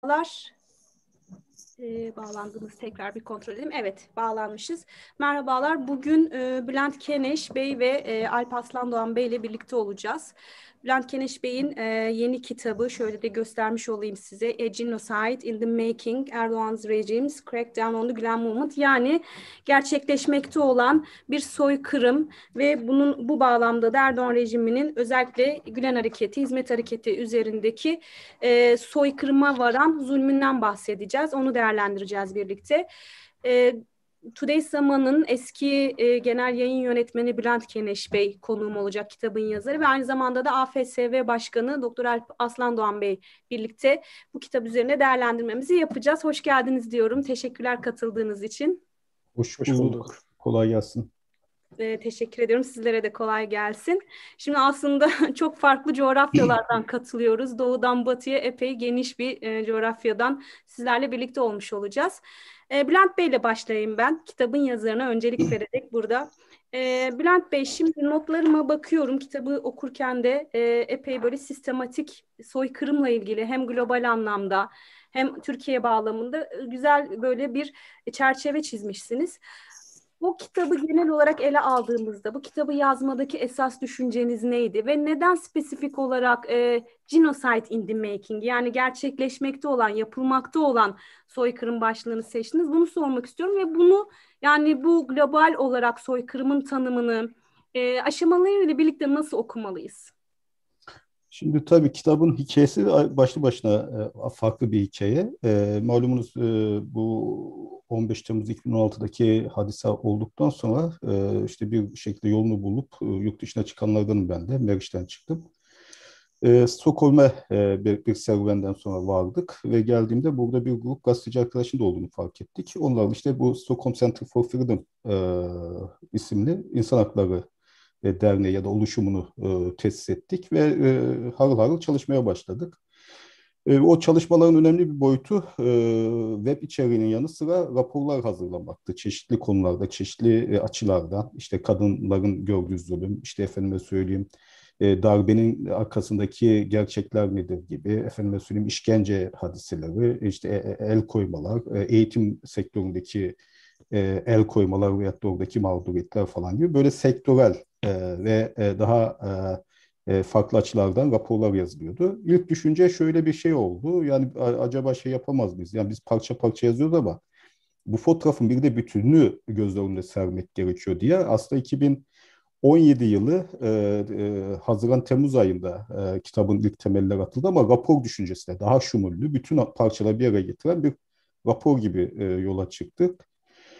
Merhabalar. Bağlandığımız tekrar bir kontrol edelim. Evet, bağlanmışız. Merhabalar. Bugün Bülent Keneş Bey ve Alp Aslandoğan Bey ile birlikte olacağız. Bülent Keneş Bey'in yeni kitabı, şöyle de göstermiş olayım size. A Genocide in the Making, Erdoğan's Regime's Crackdown on the Gülen Movement. Yani gerçekleşmekte olan bir soykırım ve bu bağlamda da Erdoğan rejiminin özellikle Gülen Hareketi, Hizmet Hareketi üzerindeki soykırıma varan zulmünden bahsedeceğiz. Onu değerlendireceğiz birlikte. Today Zaman'ın eski genel yayın yönetmeni Bülent Keneş Bey konuğum olacak, kitabın yazarı ve aynı zamanda da AFSV Başkanı Doktor Alp Aslandoğan Bey birlikte bu kitap üzerine değerlendirmemizi yapacağız. Hoş geldiniz diyorum. Teşekkürler katıldığınız için. Hoş Hoş bulduk. bulduk. Kolay gelsin. Teşekkür ediyorum. Sizlere de kolay gelsin. Şimdi aslında çok farklı coğrafyalardan katılıyoruz. Doğudan batıya epey geniş bir coğrafyadan sizlerle birlikte olmuş olacağız. Bülent Bey ile başlayayım ben. Kitabın yazarına öncelik vererek burada. Bülent Bey, şimdi notlarıma bakıyorum. Kitabı okurken de epey böyle sistematik soykırımla ilgili hem global anlamda hem Türkiye bağlamında güzel böyle bir çerçeve çizmişsiniz. Bu kitabı genel olarak ele aldığımızda bu kitabı yazmadaki esas düşünceniz neydi ve neden spesifik olarak genocide in the making, yani gerçekleşmekte olan, yapılmakta olan soykırım başlığını seçtiniz? Bunu sormak istiyorum ve bunu, yani bu global olarak soykırımın tanımını aşamalarıyla birlikte nasıl okumalıyız? Şimdi tabii kitabın hikayesi başlı başına farklı bir hikaye. Malumunuz bu 15 Temmuz 2016'daki hadise olduktan sonra işte bir şekilde yolunu bulup yurt dışına çıkanlardanım ben de. Meriç'ten çıktım. Stockholm'e bir serüvenden sonra vardık ve geldiğimde burada bir grup gazeteci arkadaşın da olduğunu fark ettik. Onlar işte bu Stockholm Center for Freedom isimli insan hakları derneği ya da oluşumunu tesis ettik ve harıl harıl çalışmaya başladık. O çalışmaların önemli bir boyutu web içeriğinin yanı sıra raporlar hazırlamaktı. Çeşitli konularda, çeşitli açılardan, işte kadınların gördüğü zulüm, işte efendime söyleyeyim darbenin arkasındaki gerçekler nedir gibi, efendime söyleyeyim işkence hadiseleri, işte el koymalar, eğitim sektöründeki el koymalar veyahut da oradaki mağduriyetler falan gibi böyle sektörel ve daha farklı açılardan raporlar yazılıyordu. İlk düşünce şöyle bir şey oldu. Yani acaba şey yapamaz mıyız? Yani biz parça parça yazıyoruz ama bu fotoğrafın bir de bütününü göz önüne sermek gerekiyor diye. Aslında 2017 yılı Haziran-Temmuz ayında kitabın ilk temeller atıldı ama rapor düşüncesine daha şumullü, bütün parçaları bir araya getiren bir rapor gibi yola çıktık.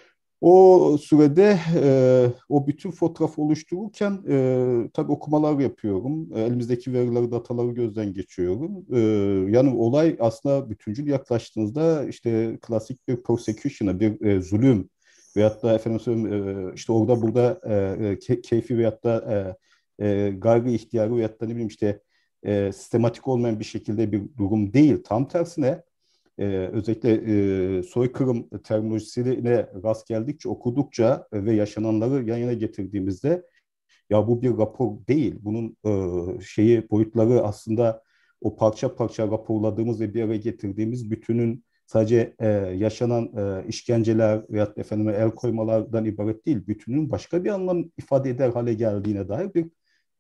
O sürede o bütün fotoğrafı oluştururken tabii okumalar yapıyorum. Elimizdeki verileri, dataları gözden geçiyorum. Yani olay aslında bütüncül yaklaştığınızda işte klasik bir persecution'a, bir zulüm veyahut da efendim söyleyeyim işte orada burada keyfi veyahut da gayri ihtiyari veyahut da ne bileyim işte sistematik olmayan bir şekilde bir durum değil. Tam tersine özellikle soykırım terminolojisine rast geldikçe, okudukça ve yaşananları yan yana getirdiğimizde ya bu bir rapor değil. Bunun boyutları aslında o parça parça raporladığımız ve bir araya getirdiğimiz bütünün sadece yaşanan işkenceler veyahut efendime el koymalardan ibaret değil. Bütünün başka bir anlam ifade eder hale geldiğine dair bir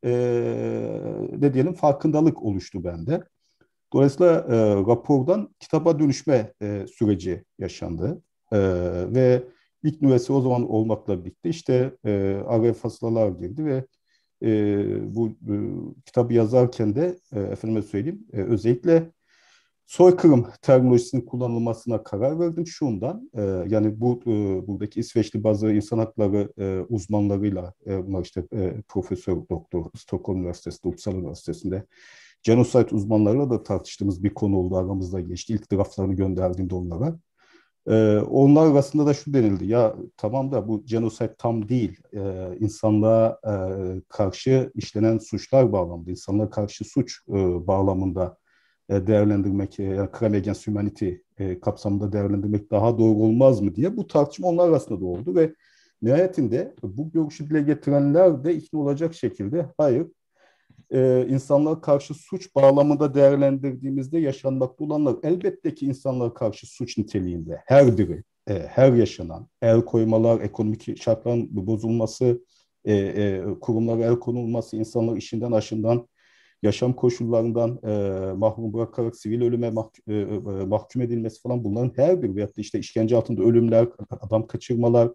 ne diyelim farkındalık oluştu bende. Dolayısıyla rapordan kitaba dönüşme süreci yaşandı. Ve ilk nüvesi o zaman olmakla birlikte işte araya fasılalar girdi ve bu kitabı yazarken de efendime söyleyeyim özellikle soykırım terminolojisinin kullanılmasına karar verdim şundan. Yani buradaki İsveçli bazı insan hakları uzmanlarıyla bunlar işte profesör doktor Stockholm Üniversitesi'nde, Uppsala Üniversitesi'nde genocide uzmanlarıyla da tartıştığımız bir konu oldu, aramızda geçti. İlk draftlarını gönderdiğimde onlara. Onlar arasında da şu denildi. Ya tamam da bu genocide tam değil. İnsanlığa karşı işlenen suçlar bağlamında, insanlığa karşı suç bağlamında değerlendirmek, yani crime against humanity kapsamında değerlendirmek daha doğru olmaz mı diye bu tartışma onlar arasında da oldu ve nihayetinde bu görüşü dile getirenler de ikna olacak şekilde hayır, insanlara karşı suç bağlamında değerlendirdiğimizde yaşanmakta olanlar elbette ki insanlara karşı suç niteliğinde her biri, her yaşanan el koymalar, ekonomik şartların bozulması, kurumlara el konulması, insanlar işinden aşından, yaşam koşullarından mahrum bırakarak sivil ölüme mahkum edilmesi falan, bunların her biri, veyahut da işte işkence altında ölümler, adam kaçırmalar,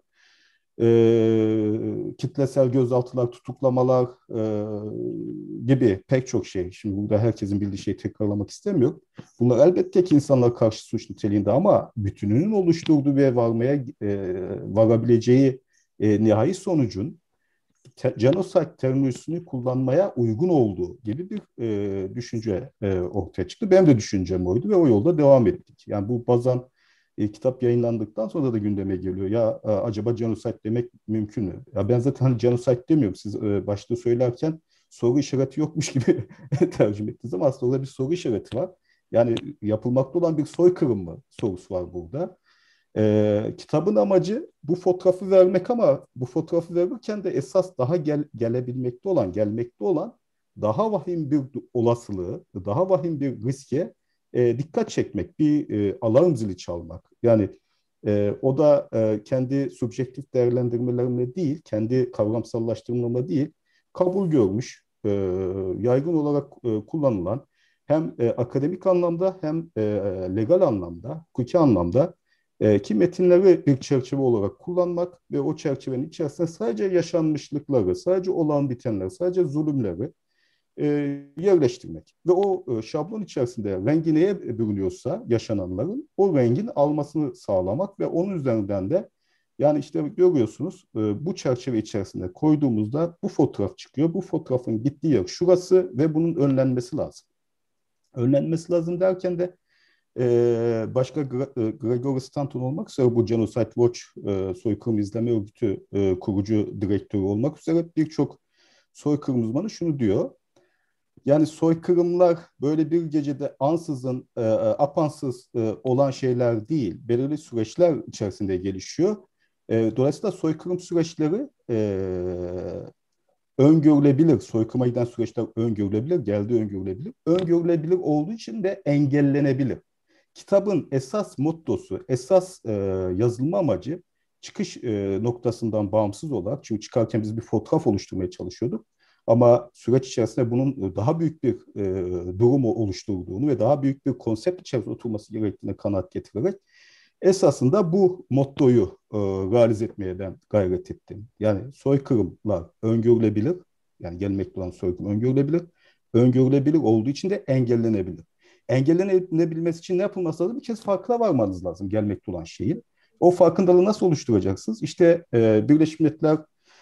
kitlesel gözaltılar, tutuklamalar gibi pek çok şey. Şimdi burada herkesin bildiği şeyi tekrarlamak istemiyorum. Bunlar elbette ki insanlara karşı suç niteliğinde, ama bütününün oluşturduğu ve varabileceği nihai sonucun genocide terminolojisini kullanmaya uygun olduğu gibi bir düşünce ortaya çıktı. Benim de düşüncem oydu ve o yolda devam ettik. Yani bu bazen kitap yayınlandıktan sonra da gündeme geliyor. Ya acaba genocide demek mümkün mü? Ya ben zaten hani genocide demiyorum. Siz başta söylerken soru işareti yokmuş gibi tercüme ettiniz, ama aslında orada bir soru işareti var. Yani yapılmakta olan bir soykırım mı sorusu var burada. Kitabın amacı bu fotoğrafı vermek, ama bu fotoğrafı verirken de esas daha gelmekte olan daha vahim bir olasılığı, daha vahim bir riske dikkat çekmek, bir alarm zili çalmak. Yani o da kendi subjektif değerlendirmelerine değil, kendi kavramsallaştırmalarına değil, kabul görmüş, yaygın olarak kullanılan, hem akademik anlamda hem legal anlamda, hukuki anlamda ki metinleri bir çerçeve olarak kullanmak ve o çerçevenin içerisinde sadece yaşanmışlıkları, sadece olan bitenleri, sadece zulümleri e, yerleştirmek. Ve o şablon içerisinde rengi neye bürünüyorsa yaşananların, o rengin almasını sağlamak ve onun üzerinden de, yani işte görüyorsunuz, bu çerçeve içerisinde koyduğumuzda bu fotoğraf çıkıyor. Bu fotoğrafın gittiği yer şurası ve bunun önlenmesi lazım. Önlenmesi lazım derken de başka Gregory Stanton olmak üzere, bu Genocide Watch soykırım izleme örgütü kurucu direktörü olmak üzere birçok soykırım uzmanı şunu diyor. Yani soykırımlar böyle bir gecede ansızın, apansız olan şeyler değil. Belirli süreçler içerisinde gelişiyor. Dolayısıyla soykırım süreçleri öngörülebilir. Soykırıma giden süreçler öngörülebilir, geldiği öngörülebilir. Öngörülebilir olduğu için de engellenebilir. Kitabın esas mottosu, esas yazılma amacı, çıkış noktasından bağımsız olarak, çünkü çıkarken biz bir fotoğraf oluşturmaya çalışıyorduk. Ama süreç içerisinde bunun daha büyük bir durumu oluşturduğunu ve daha büyük bir konsept içerisinde oturması gerektiğine kanaat getirerek esasında bu mottoyu realize etmeye ben gayret ettim. Yani soykırımlar öngörülebilir, yani gelmekte olan soykırım öngörülebilir. Öngörülebilir olduğu için de engellenebilir. Engellenebilmesi için ne yapılması lazım? Bir kez farkına varmanız lazım gelmekte olan şeyin. O farkındalığı nasıl oluşturacaksınız? İşte Birleşmiş Milletler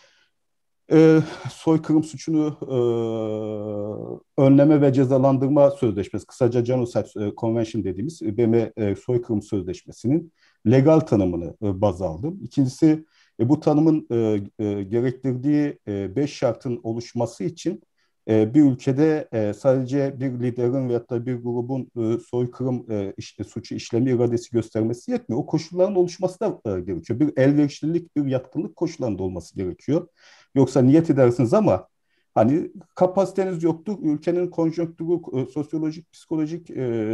soykırım suçunu önleme ve cezalandırma sözleşmesi, kısaca Genocide Convention dediğimiz BM soykırım sözleşmesinin legal tanımını baz aldım. İkincisi, bu tanımın gerektirdiği 5 şartın oluşması için bir ülkede sadece bir liderin veyahut da bir grubun soykırım suçu işlemi iradesi göstermesi yetmiyor. O koşulların oluşması da gerekiyor. Bir elverişlilik, bir yatkınlık koşullarında olması gerekiyor. Yoksa niyet edersiniz ama hani kapasiteniz yoktur, ülkenin konjonktürü, sosyolojik, psikolojik,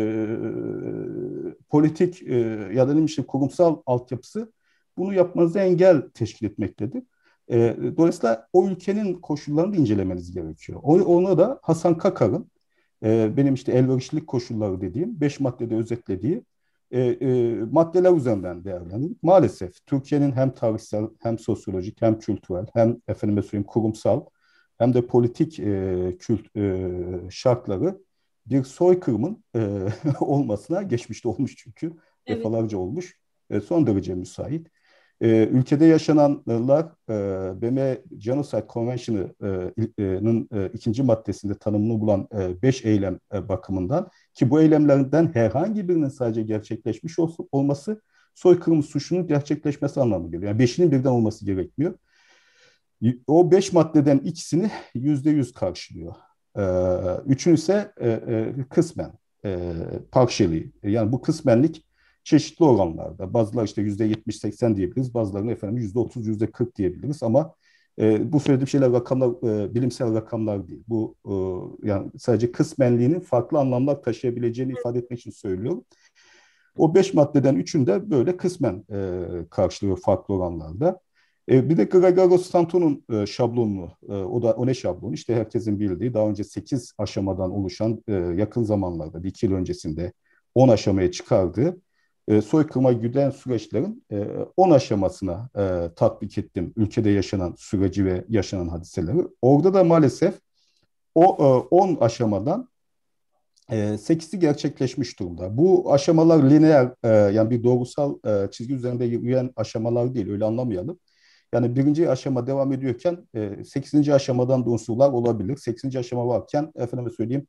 politik ya da işte kurumsal altyapısı bunu yapmanıza engel teşkil etmektedir. Dolayısıyla o ülkenin koşullarını da incelemeniz gerekiyor. Onu da Hasan Kakar'ın benim işte elverişlilik koşulları dediğim 5 maddede özetlediği maddeler üzerinden değerlendirdik. Maalesef Türkiye'nin hem tarihsel hem sosyolojik hem kültürel hem efendime söyleyeyim kurumsal hem de politik şartları bir soykırımın olmasına, geçmişte olmuş çünkü Evet. defalarca olmuş, son derece müsait. Ülkede yaşananlar BM Genocide Convention'ının ikinci maddesinde tanımını bulan 5 eylem bakımından, ki bu eylemlerden herhangi birinin sadece gerçekleşmiş olması soykırım suçunun gerçekleşmesi anlamına geliyor. Yani 5'inin birden olması gerekmiyor. O 5 maddeden ikisini %100 karşılıyor. Üçünü ise kısmen, partially. Yani bu kısmenlik çeşitli oranlarda. Bazıları işte %70-80 diyebiliriz. Bazılarını efendim %30, %40 diyebiliriz. Ama Bu söylediğim şeyler rakamlar, bilimsel rakamlar değil. Bu yani sadece kısmenliğinin farklı anlamlar taşıyabileceğini ifade etmek için söylüyorum. O 5 maddeden üçünde böyle kısmen karşılıyor farklı oranlarda. Bir de Gregorios-Santon'un şablonunu, o ne şablonu? İşte herkesin bildiği daha önce 8 aşamadan oluşan yakın zamanlarda, bir iki yıl öncesinde 10 aşamaya çıkardığı soykırıma giden süreçlerin 10 aşamasına tatbik ettim ülkede yaşanan süreci ve yaşanan hadiseleri. Orada da maalesef o 10 aşamadan 8'i gerçekleşmiş durumda. Bu aşamalar lineer, yani bir doğrusal çizgi üzerinde yürüyen aşamalar değil, öyle anlamayalım. Yani birinci aşama devam ediyorken 8. aşamadan da unsurlar olabilir. 8. aşama varken efendime söyleyeyim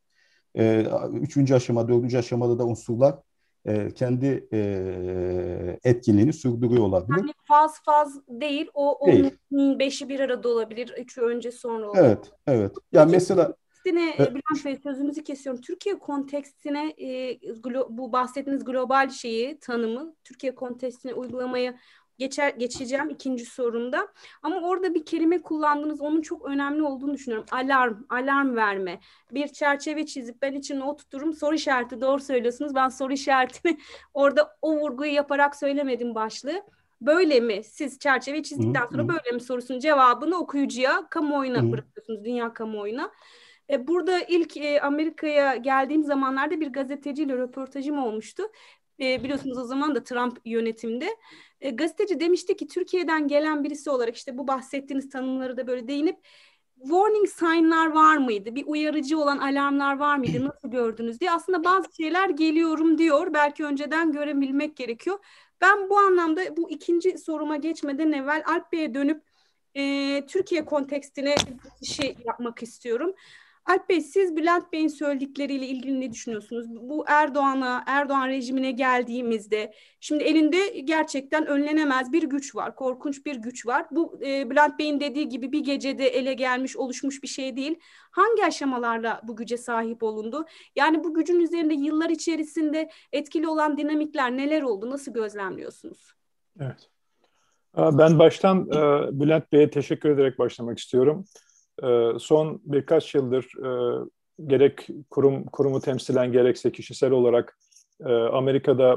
3. aşama, 4. aşamada da unsurlar kendi etkinliğini sürdürüyor olabilir. Yani faz faz değil, o Değil. onun beşi bir arada olabilir, üçü önce sonra olabilir. Evet, evet. Yani Peki mesela kontekstine, e, Bülent Bey sözünüzü kesiyorum. Türkiye kontekstine bu bahsettiğiniz global şeyi, tanımı Türkiye kontekstine uygulamaya geçeceğim ikinci sorumda. Ama orada bir kelime kullandınız, onun çok önemli olduğunu düşünüyorum. Alarm, alarm verme. Bir çerçeve çizip ben için not tuturum. Soru işareti, doğru söylüyorsunuz. Ben soru işaretini orada o vurguyu yaparak söylemedim başlığı. Böyle mi? Siz çerçeveyi hı, çizdikten sonra hı, böyle mi sorusunun cevabını okuyucuya, kamuoyuna hı, bırakıyorsunuz, dünya kamuoyuna. Burada ilk Amerika'ya geldiğim zamanlarda bir gazeteciyle röportajım olmuştu. Biliyorsunuz o zaman da Trump yönetimde. Gazeteci demişti ki Türkiye'den gelen birisi olarak işte bu bahsettiğiniz tanımları da böyle değinip warning sign'lar var mıydı? Bir uyarıcı olan alarmlar var mıydı? Nasıl gördünüz diye. Aslında bazı şeyler geliyorum diyor. Belki önceden görebilmek gerekiyor. Ben bu anlamda bu ikinci soruma geçmeden evvel Alp Bey'e dönüp Türkiye kontekstine bir şey yapmak istiyorum. Alp Bey, siz Bülent Bey'in söyledikleriyle ilgili ne düşünüyorsunuz? Bu Erdoğan rejimine geldiğimizde, şimdi elinde gerçekten önlenemez bir güç var, korkunç bir güç var. Bu Bülent Bey'in dediği gibi bir gecede ele gelmiş, oluşmuş bir şey değil. Hangi aşamalarla bu güce sahip olundu? Yani bu gücün üzerinde yıllar içerisinde etkili olan dinamikler neler oldu? Nasıl gözlemliyorsunuz? Evet. Ben baştan Bülent Bey'e teşekkür ederek başlamak istiyorum. Son birkaç yıldır gerek kurumu temsilen gerekse kişisel olarak Amerika'da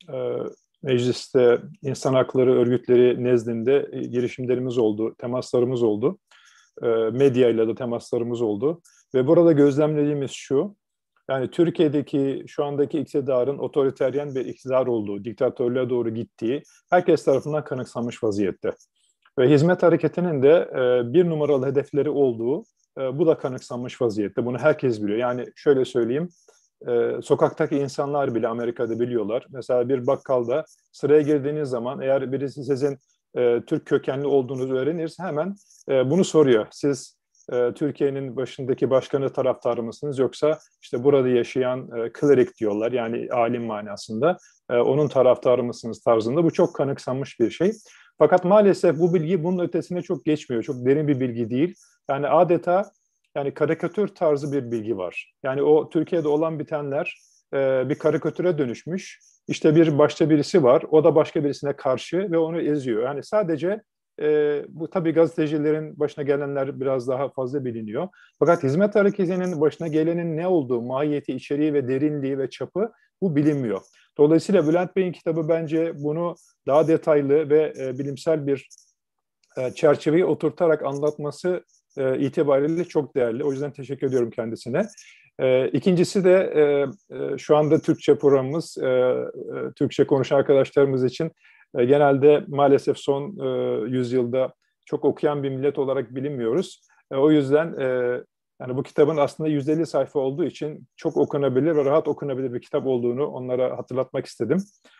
mecliste insan hakları örgütleri nezdinde girişimlerimiz oldu, temaslarımız oldu. Medyayla da temaslarımız oldu. Ve burada gözlemlediğimiz şu, yani Türkiye'deki şu andaki iktidarın otoriteryen bir iktidar olduğu, diktatörlüğe doğru gittiği herkes tarafından kanıksanmış vaziyette. Ve hizmet hareketinin de bir numaralı hedefleri olduğu, bu da kanıksanmış vaziyette. Bunu herkes biliyor. Yani şöyle söyleyeyim, sokaktaki insanlar bile Amerika'da biliyorlar. Mesela bir bakkalda sıraya girdiğiniz zaman eğer birisi sizin Türk kökenli olduğunuzu öğrenirse hemen bunu soruyor. Siz Türkiye'nin başındaki başkanı taraftarı mısınız yoksa işte burada yaşayan klerik diyorlar yani alim manasında onun taraftarı mısınız tarzında. Bu çok kanıksanmış bir şey. Fakat maalesef bu bilgi bunun ötesine çok geçmiyor. Çok derin bir bilgi değil. Yani adeta yani karikatür tarzı bir bilgi var. Yani o Türkiye'de olan bitenler bir karikatüre dönüşmüş. İşte bir başta birisi var. O da başka birisine karşı ve onu eziyor. Yani sadece bu tabii gazetecilerin başına gelenler biraz daha fazla biliniyor. Fakat hizmet hareketinin başına gelenin ne olduğu, mahiyeti, içeriği ve derinliği ve çapı bu bilinmiyor. Dolayısıyla Bülent Bey'in kitabı bence bunu daha detaylı ve bilimsel bir çerçeveyi oturtarak anlatması itibariyle çok değerli. O yüzden teşekkür ediyorum kendisine. İkincisi de şu anda Türkçe programımız, Türkçe konuşan arkadaşlarımız için genelde maalesef son yüzyılda çok okuyan bir millet olarak bilinmiyoruz. O yüzden yani bu kitabın aslında 150 sayfa olduğu için çok okunabilir ve rahat okunabilir bir kitap olduğunu onlara hatırlatmak istedim.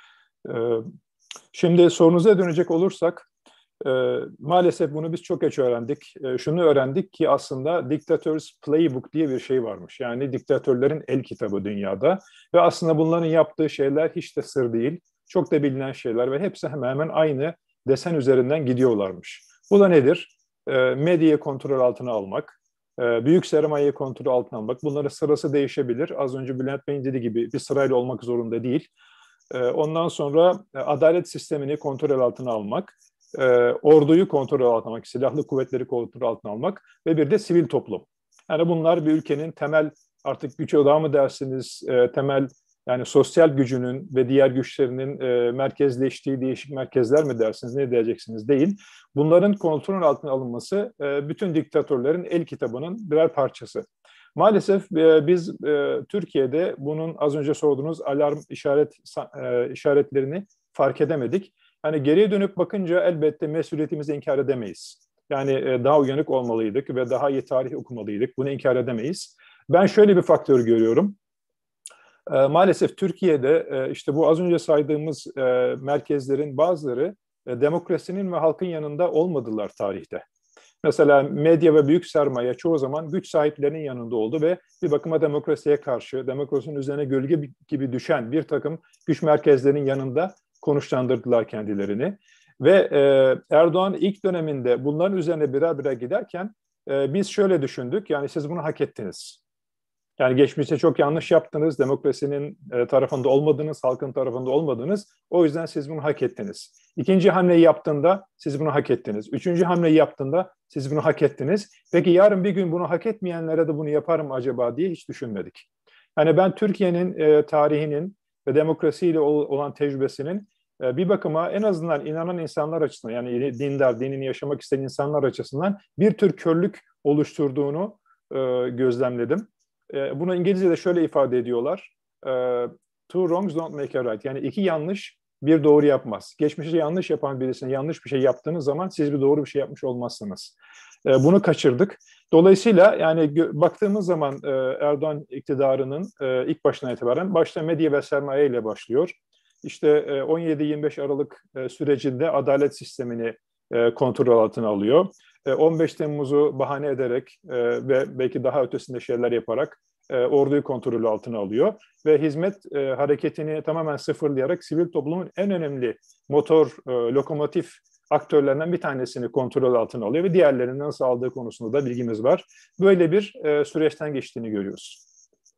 Şimdi sorunuza dönecek olursak, maalesef bunu biz çok geç öğrendik. Şunu öğrendik ki aslında Dictator's Playbook diye bir şey varmış. Yani diktatörlerin el kitabı dünyada. Ve aslında bunların yaptığı şeyler hiç de sır değil. Çok da bilinen şeyler ve hepsi hemen hemen aynı desen üzerinden gidiyorlarmış. Bu da nedir? Medyayı kontrol altına almak, büyük sermayeyi kontrol altına almak. Bunların sırası değişebilir. Az önce Bülent Bey'in dediği gibi bir sırayla olmak zorunda değil. Ondan sonra adalet sistemini kontrol altına almak. orduyu kontrol altına almak, silahlı kuvvetleri kontrol altına almak ve bir de sivil toplum. Yani bunlar bir ülkenin temel, artık güç odağı mı dersiniz, temel, yani sosyal gücünün ve diğer güçlerinin merkezleştiği değişik merkezler mi dersiniz, ne diyeceksiniz değil. Bunların kontrol altına alınması bütün diktatörlerin el kitabının birer parçası. Maalesef biz Türkiye'de bunun az önce sorduğunuz alarm işaretlerini fark edemedik. Hani geriye dönüp bakınca elbette mesuliyetimizi inkar edemeyiz. Yani daha uyanık olmalıydık ve daha iyi tarih okumalıydık. Bunu inkar edemeyiz. Ben şöyle bir faktör görüyorum. Maalesef Türkiye'de işte bu az önce saydığımız merkezlerin bazıları demokrasinin ve halkın yanında olmadılar tarihte. Mesela medya ve büyük sermaye çoğu zaman güç sahiplerinin yanında oldu ve bir bakıma demokrasiye karşı, demokrasinin üzerine gölge gibi düşen bir takım güç merkezlerinin yanında konuşlandırdılar kendilerini. Ve Erdoğan ilk döneminde bunların üzerine birer birer giderken biz şöyle düşündük, yani siz bunu hak ettiniz. Yani geçmişte çok yanlış yaptınız, demokrasinin tarafında olmadınız, halkın tarafında olmadınız. O yüzden siz bunu hak ettiniz. İkinci hamleyi yaptığında siz bunu hak ettiniz. Üçüncü hamleyi yaptığında siz bunu hak ettiniz. Peki yarın bir gün bunu hak etmeyenlere de bunu yaparım acaba diye hiç düşünmedik. Yani ben Türkiye'nin tarihinin ve demokrasiyle olan tecrübesinin bir bakıma en azından inanan insanlar açısından, yani dindar, dinini yaşamak isteyen insanlar açısından bir tür körlük oluşturduğunu gözlemledim. Bunu İngilizce'de şöyle ifade ediyorlar. Two wrongs don't make a right. Yani iki yanlış bir doğru yapmaz. Geçmişte yanlış yapan birisine yanlış bir şey yaptığınız zaman siz bir doğru bir şey yapmış olmazsınız. Bunu kaçırdık. Dolayısıyla yani baktığımız zaman Erdoğan iktidarının ilk başından itibaren başta medya ve sermaye ile başlıyor. İşte 17-25 Aralık sürecinde adalet sistemini kontrol altına alıyor. 15 Temmuz'u bahane ederek ve belki daha ötesinde şeyler yaparak orduyu kontrolü altına alıyor ve hizmet hareketini tamamen sıfırlayarak sivil toplumun en önemli motor, lokomotif aktörlerinden bir tanesini kontrol altına alıyor ve diğerlerini nasıl aldığı konusunda da bilgimiz var. Böyle bir süreçten geçtiğini görüyoruz.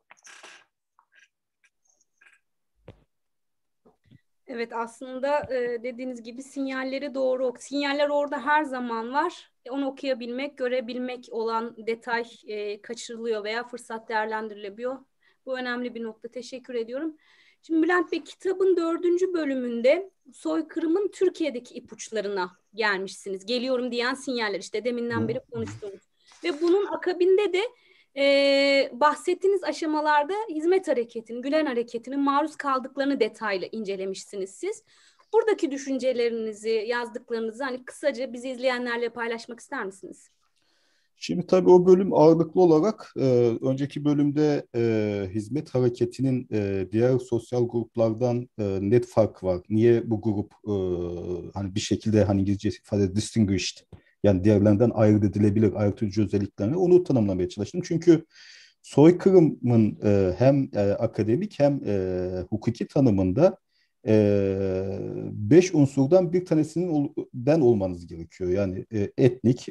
Evet, aslında dediğiniz gibi sinyalleri doğru sinyaller orada her zaman var. Onu okuyabilmek, görebilmek olan detay kaçırılıyor veya fırsat değerlendirilemiyor. Bu önemli bir nokta. Teşekkür ediyorum. Şimdi Bülent Bey, kitabın 4. bölümünde soykırımın Türkiye'deki ipuçlarına gelmişsiniz. Geliyorum diyen sinyaller, işte deminden beri konuştuğumuz. Ve bunun akabinde de bahsettiğiniz aşamalarda hizmet hareketinin, Gülen hareketinin maruz kaldıklarını detaylı incelemişsiniz siz. Buradaki düşüncelerinizi, yazdıklarınızı hani kısaca bizi izleyenlerle paylaşmak ister misiniz? Şimdi tabii o bölüm ağırlıklı olarak önceki bölümde hizmet hareketinin diğer sosyal gruplardan net fark var. Niye bu grup hani bir şekilde hani İngilizce ifade distinguished, yani diğerlerinden ayırt edilebilir, ayırtıcı özelliklerini onu tanımlamaya çalıştım. Çünkü soykırımın hem akademik hem hukuki tanımında 5 unsurdan bir tanesinin ben olmanız gerekiyor. Yani etnik,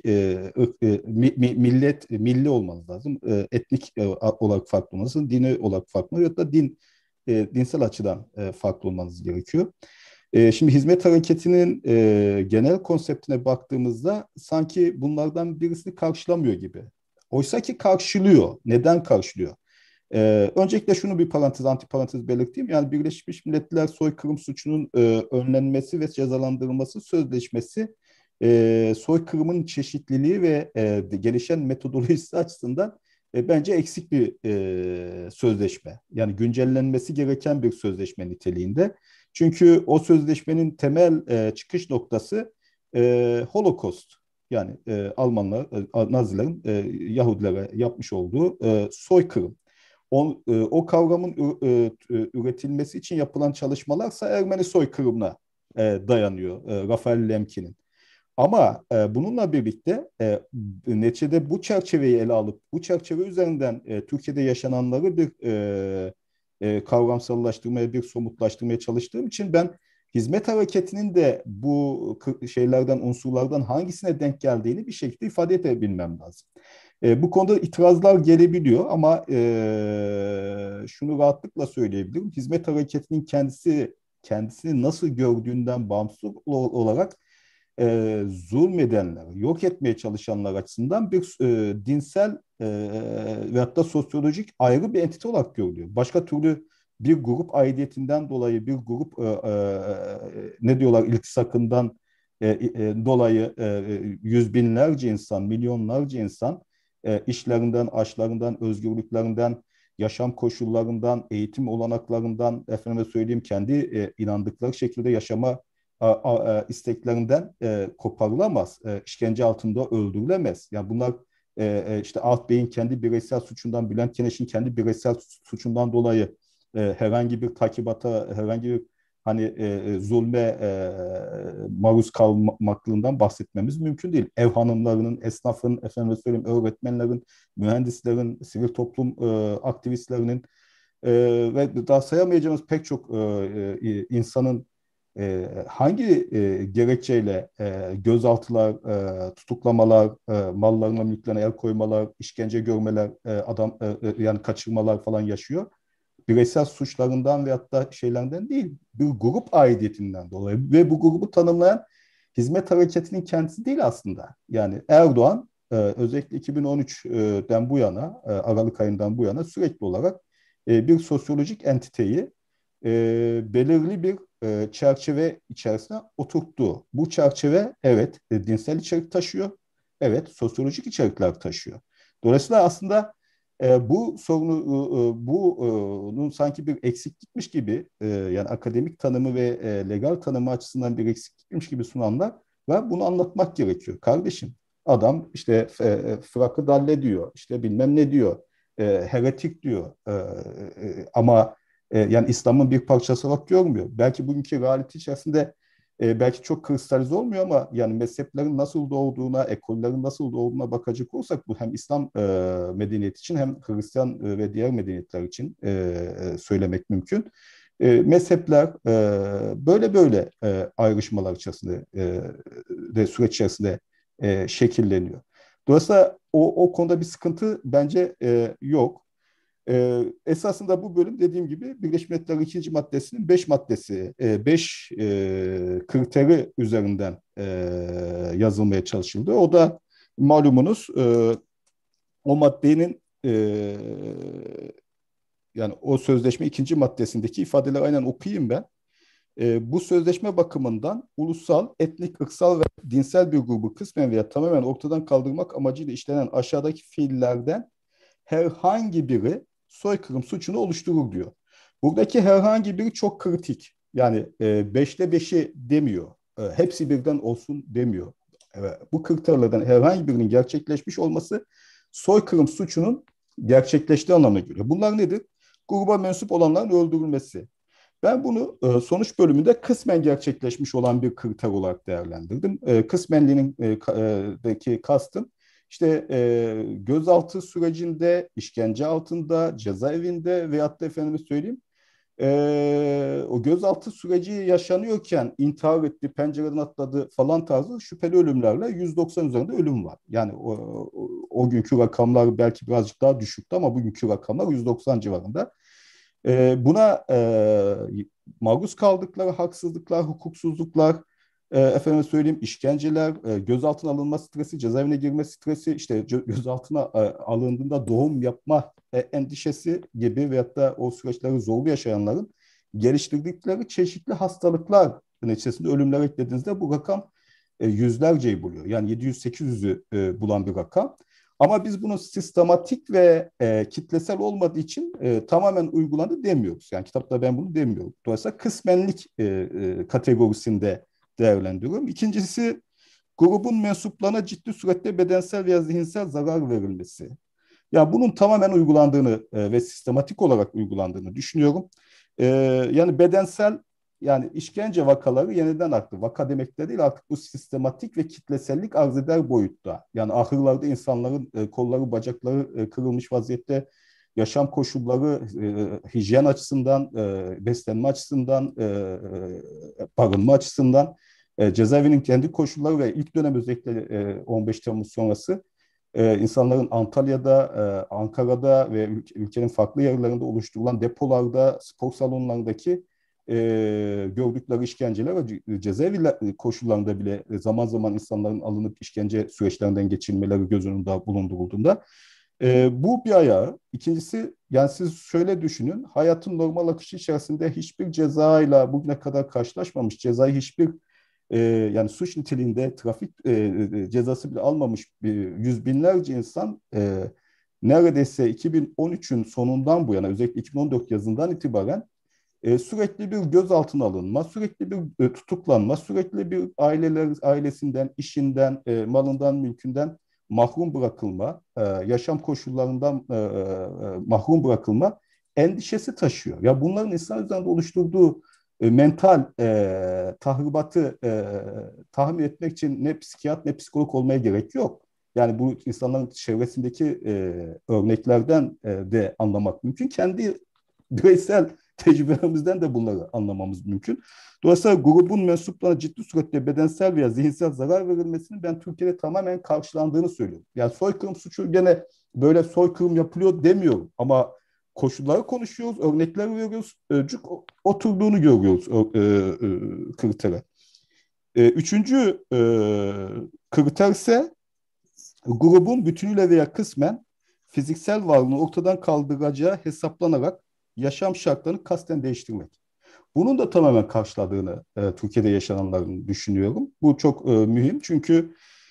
milli olmanız lazım. Etnik olarak farklı olmanız, dini olarak farklı ya da dinsel açıdan farklı olmanız gerekiyor. Şimdi hizmet hareketinin genel konseptine baktığımızda sanki bunlardan birisini karşılamıyor gibi. Oysa ki karşılıyor. Neden karşılıyor? Öncelikle şunu bir antiparantez belirteyim. Yani Birleşmiş Milletler Soykırım Suçunun önlenmesi ve cezalandırılması sözleşmesi soykırımın çeşitliliği ve gelişen metodolojisi açısından bence eksik bir sözleşme. Yani güncellenmesi gereken bir sözleşme niteliğinde. Çünkü o sözleşmenin temel çıkış noktası Holocaust. Yani Almanlar, Nazilerin Yahudilere yapmış olduğu soykırım. O kavramın üretilmesi için yapılan çalışmalarsa Ermeni soykırımına dayanıyor Raphael Lemkin'in. Ama bununla birlikte neticede bu çerçeveyi ele alıp bu çerçeve üzerinden Türkiye'de yaşananları bir kavramsallaştırmaya, bir somutlaştırmaya çalıştığım için ben hizmet hareketinin de bu şeylerden, unsurlardan hangisine denk geldiğini bir şekilde ifade edebilmem lazım. Bu konuda itirazlar gelebiliyor ama şunu rahatlıkla söyleyebilirim. Hizmet hareketinin kendisini nasıl gördüğünden bağımsız olarak zulmedenler, yok etmeye çalışanlar açısından bir dinsel ve hatta sosyolojik ayrı bir entite olarak görülüyor. Başka türlü bir grup aidiyetinden dolayı, bir grup ne diyorlar iltisakından dolayı yüz binlerce insan, milyonlarca insan işlerinden, aşlarından, özgürlüklerinden, yaşam koşullarından, eğitim olanaklarından, efendime söyleyeyim kendi inandıkları şekilde yaşama isteklerinden koparılamaz. İşkence altında öldürülemez. Yani bunlar işte Alt Bey'in kendi bireysel suçundan, Bülent Keneş'in kendi bireysel suçundan dolayı herhangi bir takibata, herhangi bir hani zulme maruz kalmaklığından bahsetmemiz mümkün değil. Ev hanımlarının, esnafın, efendim söyleyeyim öğretmenlerin, mühendislerin, sivil toplum aktivistlerinin ve daha sayamayacağımız pek çok insanın hangi gerekçeyle gözaltılar, tutuklamalar, mallarına, mülklerine el koymalar, işkence görmeler, yani kaçırmalar falan yaşıyor. Bireysel suçlarından ve hatta şeylerden değil, bir grup aidiyetinden dolayı ve bu grubu tanımlayan hizmet hareketinin kendisi değil aslında. Yani Erdoğan özellikle 2013'den bu yana, Aralık ayından bu yana sürekli olarak bir sosyolojik entiteyi belirli bir çerçeve içerisine oturttu. Bu çerçeve evet dinsel içerik taşıyor, evet sosyolojik içerikler taşıyor. Dolayısıyla aslında bu sorunu bunun sanki bir eksiklikmiş gibi yani akademik tanımı ve legal tanımı açısından bir eksiklikmiş gibi sunanlar ve bunu anlatmak gerekiyor. Kardeşim adam işte frakı dalle diyor, işte bilmem ne diyor, heretik diyor ama yani İslam'ın bir parçası olarak görmüyor. Belki bugünkü realite içerisinde belki çok kristalize olmuyor ama yani mezheplerin nasıl doğduğuna, ekollerin nasıl doğduğuna bakacak olursak bu hem İslam medeniyeti için hem Hristiyan ve diğer medeniyetler için söylemek mümkün. Mezhepler böyle böyle ayrışmalar içerisinde de süreç içerisinde şekilleniyor. Dolayısıyla o konuda bir sıkıntı bence yok. Esasında bu bölüm dediğim gibi Birleşmiş Milletler'in 2. maddesinin 5 maddesi, 5 kriteri üzerinden yazılmaya çalışıldı. O da malumunuz o maddenin yani o sözleşme 2. maddesindeki ifadeleri aynen okuyayım ben. Bu sözleşme bakımından ulusal, etnik, ırksal ve dinsel bir grubu kısmen veya tamamen ortadan kaldırmak amacıyla işlenen aşağıdaki fiillerden herhangi biri soykırım suçunu oluşturur diyor. Buradaki herhangi biri çok kritik. Yani 5'te 5'i demiyor. Hepsi birden olsun demiyor. Bu kriterlerden herhangi birinin gerçekleşmiş olması soykırım suçunun gerçekleştiği anlamına geliyor. Bunlar nedir? Gruba mensup olanların öldürülmesi. Ben bunu sonuç bölümünde kısmen gerçekleşmiş olan bir kriter olarak değerlendirdim. Kısmenliğindeki kastım işte gözaltı sürecinde, işkence altında, cezaevinde veyahut da efendime söyleyeyim o gözaltı süreci yaşanıyorken intihar etti, pencereden atladı falan tarzı şüpheli ölümlerle 190 üzerinde ölüm var. Yani o günkü rakamlar belki birazcık daha düşüktü ama bugünkü rakamlar 190 civarında. Buna maruz kaldıkları haksızlıklar, hukuksuzluklar, efendim söyleyeyim işkenceler, gözaltına alınma stresi, cezaevine girme stresi, işte gözaltına alındığında doğum yapma endişesi gibi veyahut da o süreçleri zorlu yaşayanların geliştirdikleri çeşitli hastalıklar neticesinde ölümler eklediğinizde bu rakam yüzlerceyi buluyor. Yani 700-800'ü bulan bir rakam. Ama biz bunu sistematik ve kitlesel olmadığı için tamamen uygulandı demiyoruz. Yani kitapta ben bunu demiyorum. Dolayısıyla kısmenlik kategorisinde değerlendiriyorum. İkincisi grubun mensuplarına ciddi surette bedensel veya zihinsel zarar verilmesi. Yani bunun tamamen uygulandığını ve sistematik olarak uygulandığını düşünüyorum. Yani bedensel yani işkence vakaları yeniden arttı. Vaka demek de değil artık bu sistematik ve kitlesellik arz eder boyutta. Yani ahırlarda insanların kolları bacakları kırılmış vaziyette yaşam koşulları hijyen açısından, beslenme açısından, barınma açısından cezaevinin kendi koşulları ve ilk dönem özellikle 15 Temmuz sonrası insanların Antalya'da, Ankara'da ve ülkenin farklı yerlerinde oluşturulan depolarda, spor salonlarındaki gördükleri işkenceler ve cezaevi koşullarında bile zaman zaman insanların alınıp işkence süreçlerinden geçirilmeleri göz önünde bulundurulduğunda bu bir ayağı. İkincisi, yani siz şöyle düşünün, hayatın normal akışı içerisinde hiçbir cezayla bugüne kadar karşılaşmamış, cezayı hiçbir yani suç niteliğinde trafik cezası bile almamış yüz binlerce insan neredeyse 2013'ün sonundan bu yana, özellikle 2014 yazından itibaren sürekli bir gözaltına alınma, sürekli bir tutuklanma, sürekli bir ailesinden, işinden, malından, mülkünden mahrum bırakılma, yaşam koşullarından mahrum bırakılma endişesi taşıyor. Ya bunların insan üzerinde oluşturduğu mental tahribatı tahmin etmek için ne psikiyat ne psikolog olmaya gerek yok. Yani bu insanların çevresindeki örneklerden de anlamak mümkün. Kendi bireysel tecrübelerimizden de bunları anlamamız mümkün. Dolayısıyla grubun mensuplarına ciddi surette bedensel veya zihinsel zarar verilmesinin ben Türkiye'de tamamen karşılandığını söylüyorum. Yani soykırım suçu gene böyle soykırım yapılıyor demiyorum ama koşulları konuşuyoruz, örnekler veriyoruz, cuk oturduğunu görüyoruz kritere. Üçüncü kriter ise grubun bütünüyle veya kısmen fiziksel varlığını ortadan kaldıracağı hesaplanarak yaşam şartlarını kasten değiştirmek. Bunun da tamamen karşıladığını Türkiye'de yaşananların düşünüyorum. Bu çok mühim çünkü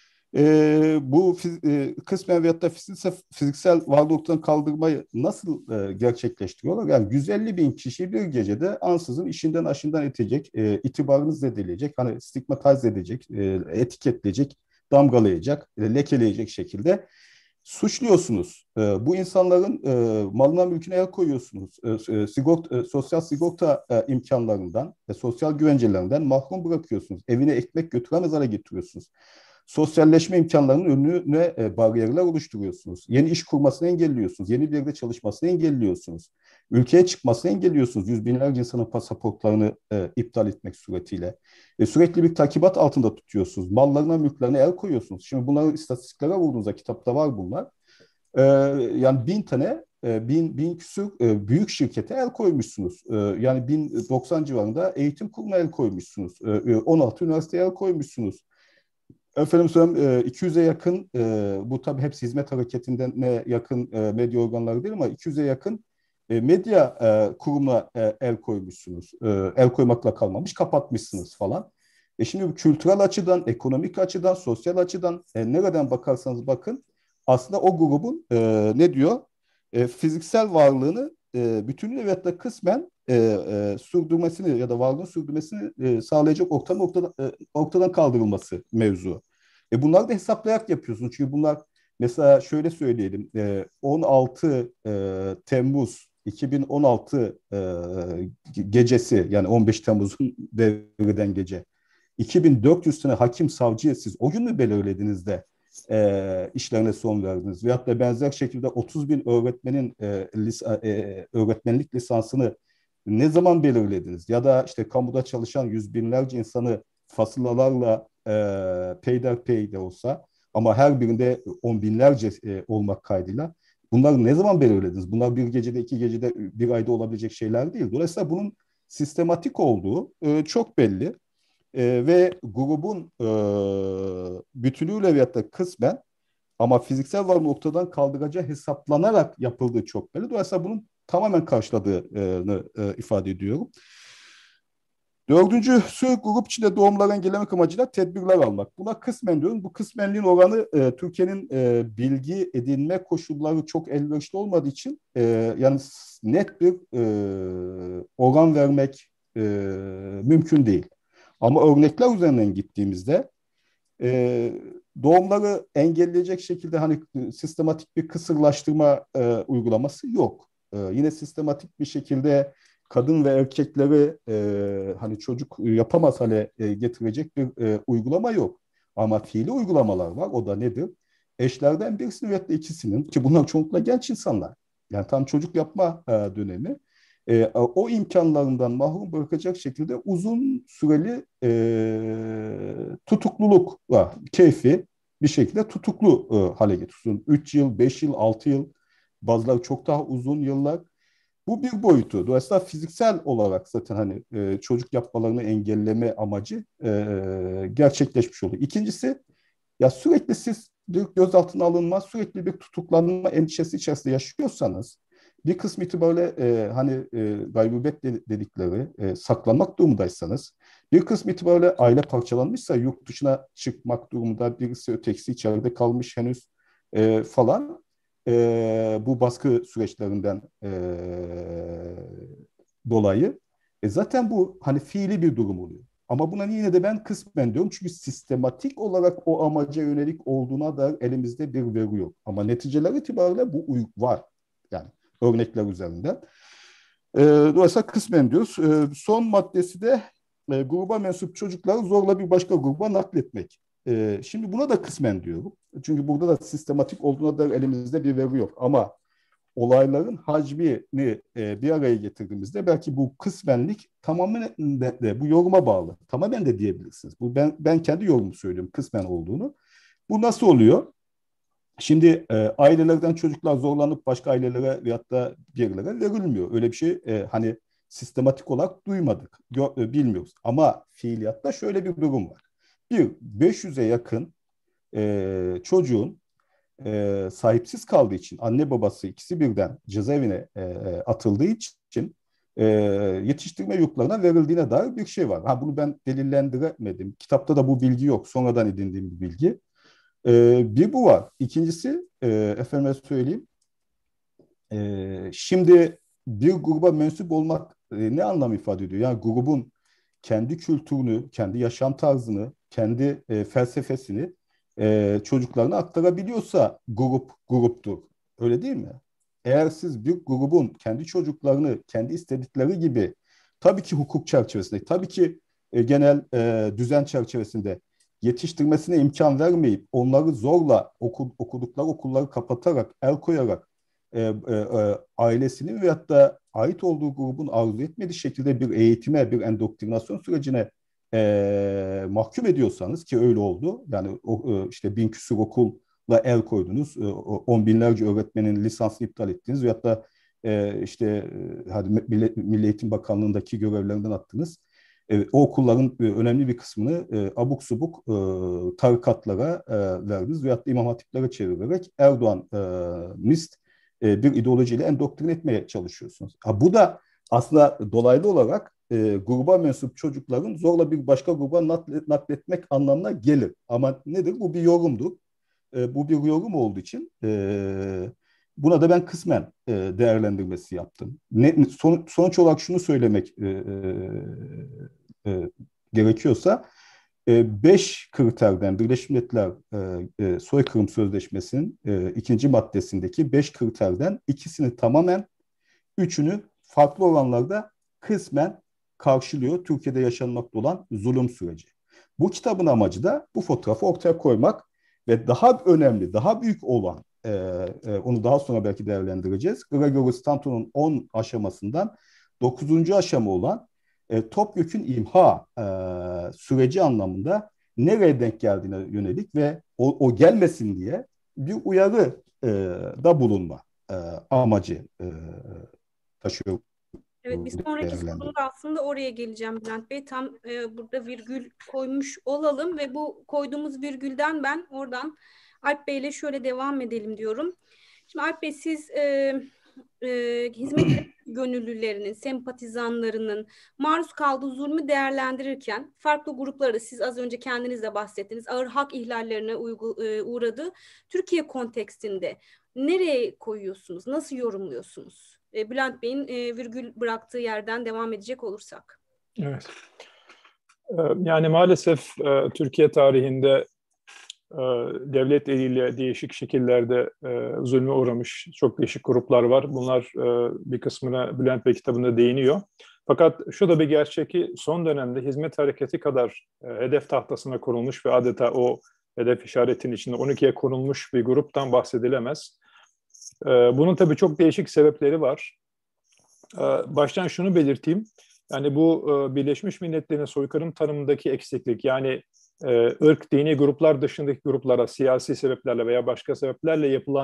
bu kısmen veyahut da fiziksel varlığı ortadan kaldırmayı nasıl gerçekleştiriyorlar? Yani 150 bin kişi bir gecede ansızın işinden aşından edecek, itibarını zedeleyecek, hani stigmatize edecek, etiketleyecek, damgalayacak, lekeleyecek şekilde suçluyorsunuz. Bu insanların malına mülküne el koyuyorsunuz. Sosyal sigorta imkanlarından ve sosyal güvencelerinden mahrum bırakıyorsunuz. Evine ekmek götüremez hale getiriyorsunuz. Sosyalleşme imkanlarının önüne bariyerler oluşturuyorsunuz. Yeni iş kurmasını engelliyorsunuz. Yeni bir yerde çalışmasını engelliyorsunuz. Ülkeye çıkmasını engelliyorsunuz. Yüz binlerce insanın pasaportlarını iptal etmek suretiyle. Sürekli bir takibat altında tutuyorsunuz. Mallarına, mülklerine el koyuyorsunuz. Şimdi bunları istatistiklere vurduğunuzda kitapta var bunlar. Yani 1000 tane, bin küsur büyük şirkete el koymuşsunuz. Yani 1090 civarında eğitim kurumuna el koymuşsunuz. 16 üniversiteye el koymuşsunuz. Efendim söyleyeyim 200'e yakın bu tabii hepsi hizmet hareketinden ne yakın medya organları değil ama 200'e yakın medya kurumuna el koymuşsunuz. El koymakla kalmamış, kapatmışsınız falan. Şimdi bu kültürel açıdan, ekonomik açıdan, sosyal açıdan nereden bakarsanız bakın aslında o grubun ne diyor? Fiziksel varlığını bütünüyle veyahut da kısmen sürdürmesini ya da varlığını sürdürmesini sağlayacak ortadan kaldırılması mevzu. Bunları da hesaplayarak yapıyorsunuz. Çünkü bunlar mesela şöyle söyleyelim 16 Temmuz 2016 gecesi yani 15 Temmuz'un devreden gece 2400 tane hakim savcıya siz o gün mü belirlediniz de işlerine son verdiniz? Veyahut da benzer şekilde 30 bin öğretmenin öğretmenlik lisansını ne zaman belirlediniz? Ya da işte kamuda çalışan yüz binlerce insanı fasılalarla peyderpey de olsa ama her birinde on binlerce olmak kaydıyla bunları ne zaman belirlediniz? Bunlar bir gecede, iki gecede, bir ayda olabilecek şeyler değil. Dolayısıyla bunun sistematik olduğu çok belli. Ve grubun bütünüyle veyahut da kısmen ama fiziksel varlığı ortadan kaldıracağı hesaplanarak yapıldığı çok belli. Dolayısıyla bunun tamamen karşıladığını ifade ediyorum. Dördüncüsü grup içinde doğumları engellemek amacıyla tedbirler almak. Buna kısmen diyorum. Bu kısmenliğin oranı Türkiye'nin bilgi edinme koşulları çok elverişli olmadığı için yani net bir oran vermek mümkün değil. Ama örnekler üzerinden gittiğimizde doğumları engelleyecek şekilde hani sistematik bir kısırlaştırma uygulaması yok. Yine sistematik bir şekilde kadın ve erkekleri hani çocuk yapamaz hale getirecek bir uygulama yok. Ama fiili uygulamalar var. O da nedir? Eşlerden birisinin veyahut da ikisinin ki bunlar çoğunlukla genç insanlar. Yani tam çocuk yapma dönemi. O imkanlarından mahrum bırakacak şekilde uzun süreli tutuklulukla keyfi bir şekilde tutuklu hale getiriyorsun. 3 yıl, 5 yıl, 6 yıl bazıları çok daha uzun yıllar. Bu bir boyutu. Dolayısıyla fiziksel olarak zaten hani çocuk yapmalarını engelleme amacı gerçekleşmiş oluyor. İkincisi, ya sürekli siz bir gözaltına alınma, sürekli bir tutuklanma endişesi içerisinde yaşıyorsanız, bir kısmı itibariyle hani gaybubet dedikleri saklanmak durumundaysanız, bir kısmı itibariyle aile parçalanmışsa yurt dışına çıkmak durumunda, birisi ötekisi içeride kalmış henüz falan, bu baskı süreçlerinden dolayı zaten bu hani fiili bir durum oluyor. Ama buna yine de ben kısmen diyorum. Çünkü sistematik olarak o amaca yönelik olduğuna da elimizde bir veri yok. Ama neticeler itibariyle bu var. Yani örnekler üzerinden. Dolayısıyla kısmen diyoruz. Son maddesi de gruba mensup çocukları zorla bir başka gruba nakletmek. Şimdi buna da kısmen diyorum. Çünkü burada da sistematik olduğuna da elimizde bir veri yok. Ama olayların hacmini bir araya getirdiğimizde belki bu kısmenlik tamamen de bu yoruma bağlı. Tamamen de diyebilirsiniz. Bu ben kendi yorumumu söylüyorum kısmen olduğunu. Bu nasıl oluyor? Şimdi ailelerden çocuklar zorlanıp başka ailelere veyahut da bir yerlere verilmiyor. Öyle bir şey hani sistematik olarak duymadık, bilmiyoruz. Ama fiiliyatta şöyle bir durum var. 500'e yakın çocuğun sahipsiz kaldığı için, anne babası ikisi birden cezaevine atıldığı için yetiştirme yurtlarına verildiğine dair bir şey var. Ha, bunu ben delillendiremedim. Kitapta da bu bilgi yok. Sonradan edindiğim bir bilgi. Bir bu var. İkincisi, efendime söyleyeyim, şimdi bir gruba mensup olmak ne anlam ifade ediyor? Yani grubun kendi kültürünü, kendi yaşam tarzını, kendi felsefesini çocuklarına aktarabiliyorsa gruptur. Öyle değil mi? Eğer siz bir grubun kendi çocuklarını kendi istedikleri gibi, tabii ki hukuk çerçevesinde, tabii ki genel düzen çerçevesinde yetiştirmesine imkan vermeyip onları zorla okudukları okulları kapatarak, el koyarak ailesinin veyahut da ait olduğu grubun arzu etmediği şekilde bir eğitime, bir endoktrinasyon sürecine mahkum ediyorsanız, ki öyle oldu. Yani işte 1000 küsur okulla el koydunuz, 10 binlerce öğretmenin lisansını iptal ettiniz veyahut da işte hadi Milli Eğitim Bakanlığı'ndaki görevlerinden attınız. O okulların önemli bir kısmını abuk subuk tarikatlara verdiniz veyahut da imam hatiplere çevirerek Erdoğanist bir ideolojiyle endoktrin etmeye çalışıyorsunuz. Ha, bu da aslında dolaylı olarak gruba mensup çocukların zorla bir başka gruba nakletmek anlamına gelir. Ama nedir? Bu bir yorumdur. Bu bir yorum olduğu için buna da ben kısmen değerlendirmesi yaptım. Sonuç olarak şunu söylemek gerekiyorsa, 5 kriterden Birleşmiş Milletler Soykırım Sözleşmesi'nin ikinci maddesindeki 5 kriterden ikisini tamamen, üçünü farklı oranlarda kısmen karşılıyor Türkiye'de yaşanmakta olan zulüm süreci. Bu kitabın amacı da bu fotoğrafı ortaya koymak ve daha önemli, daha büyük olan, onu daha sonra belki değerlendireceğiz, Gregory Stanton'un 10 aşamasından 9. aşama olan topyekün imha süreci anlamında nereye denk geldiğine yönelik ve o gelmesin diye bir uyarı da bulunma amacı taşıyor. Evet, bir sonraki soruda aslında oraya geleceğim Bülent Bey. Tam burada virgül koymuş olalım ve bu koyduğumuz virgülden ben oradan Alp Bey ile şöyle devam edelim diyorum. Şimdi Alp Bey, siz hizmet gönüllülerinin, sempatizanlarının maruz kaldığı zulmü değerlendirirken farklı grupları, siz az önce kendiniz de bahsettiniz, ağır hak ihlallerine uğradığı Türkiye kontekstinde nereye koyuyorsunuz? Nasıl yorumluyorsunuz? Bülent Bey'in virgül bıraktığı yerden devam edecek olursak. Evet. Yani maalesef Türkiye tarihinde devlet eliyle değişik şekillerde zulme uğramış çok değişik gruplar var. Bunlar bir kısmına Bülent Bey kitabında değiniyor. Fakat şu da bir gerçek ki son dönemde hizmet hareketi kadar hedef tahtasına konulmuş ve adeta o hedef işaretinin içinde 12'ye konulmuş bir gruptan bahsedilemez. Bunun tabii çok değişik sebepleri var. Baştan şunu belirteyim. Yani bu Birleşmiş Milletler'in soykırım tanımındaki eksiklik, yani ırk, dini gruplar dışındaki gruplara siyasi sebeplerle veya başka sebeplerle yapılan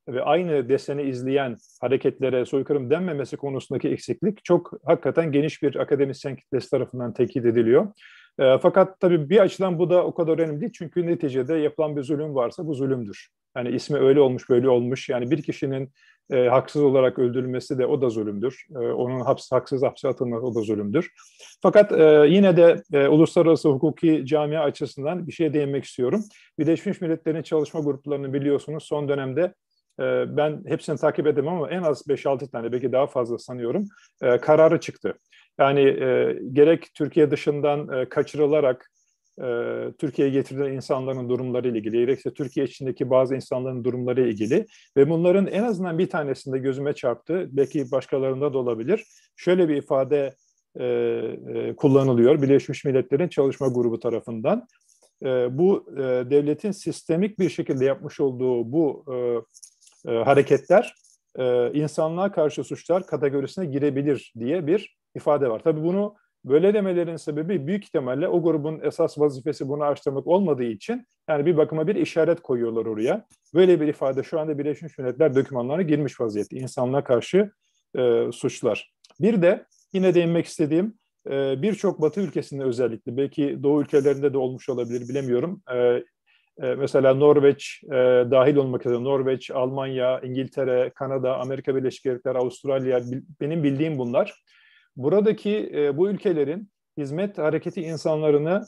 ve aynı deseni izleyen hareketlere soykırım denmemesi konusundaki eksiklik çok hakikaten geniş bir akademisyen kitlesi tarafından tekit ediliyor. Fakat tabii bir açıdan bu da o kadar önemli değil. Çünkü neticede yapılan bir zulüm varsa bu zulümdür. Yani ismi öyle olmuş, böyle olmuş. Yani bir kişinin haksız olarak öldürülmesi de o da zulümdür. Onun haksız hapse atılması o da zulümdür. Fakat yine de uluslararası hukuki camia açısından bir şeye değinmek istiyorum. Birleşmiş Milletler'in çalışma gruplarını biliyorsunuz son dönemde ben hepsini takip edemem ama en az 5-6 tane belki daha fazla sanıyorum kararı çıktı. Yani gerek Türkiye dışından kaçırılarak Türkiye'ye getirilen insanların durumları ile ilgili, gerekse Türkiye içindeki bazı insanların durumları ile ilgili ve bunların en azından bir tanesinde gözüme çarptı, belki başkalarında da olabilir. Şöyle bir ifade kullanılıyor Birleşmiş Milletler'in çalışma grubu tarafından. Bu devletin sistemik bir şekilde yapmış olduğu bu hareketler insanlığa karşı suçlar kategorisine girebilir diye bir ifade var. Tabii bunu böyle demelerin sebebi büyük ihtimalle o grubun esas vazifesi bunu araştırmak olmadığı için yani bir bakıma bir işaret koyuyorlar oraya. Böyle bir ifade şu anda Birleşmiş Milletler dokümanlarına girmiş vaziyette. İnsanlığa karşı suçlar. Bir de yine değinmek istediğim birçok Batı ülkesinde özellikle belki Doğu ülkelerinde de olmuş olabilir bilemiyorum. Mesela Norveç dahil olmak üzere Norveç, Almanya, İngiltere, Kanada, Amerika Birleşik Devletleri, Avustralya benim bildiğim bunlar. Buradaki bu ülkelerin hizmet hareketi insanlarına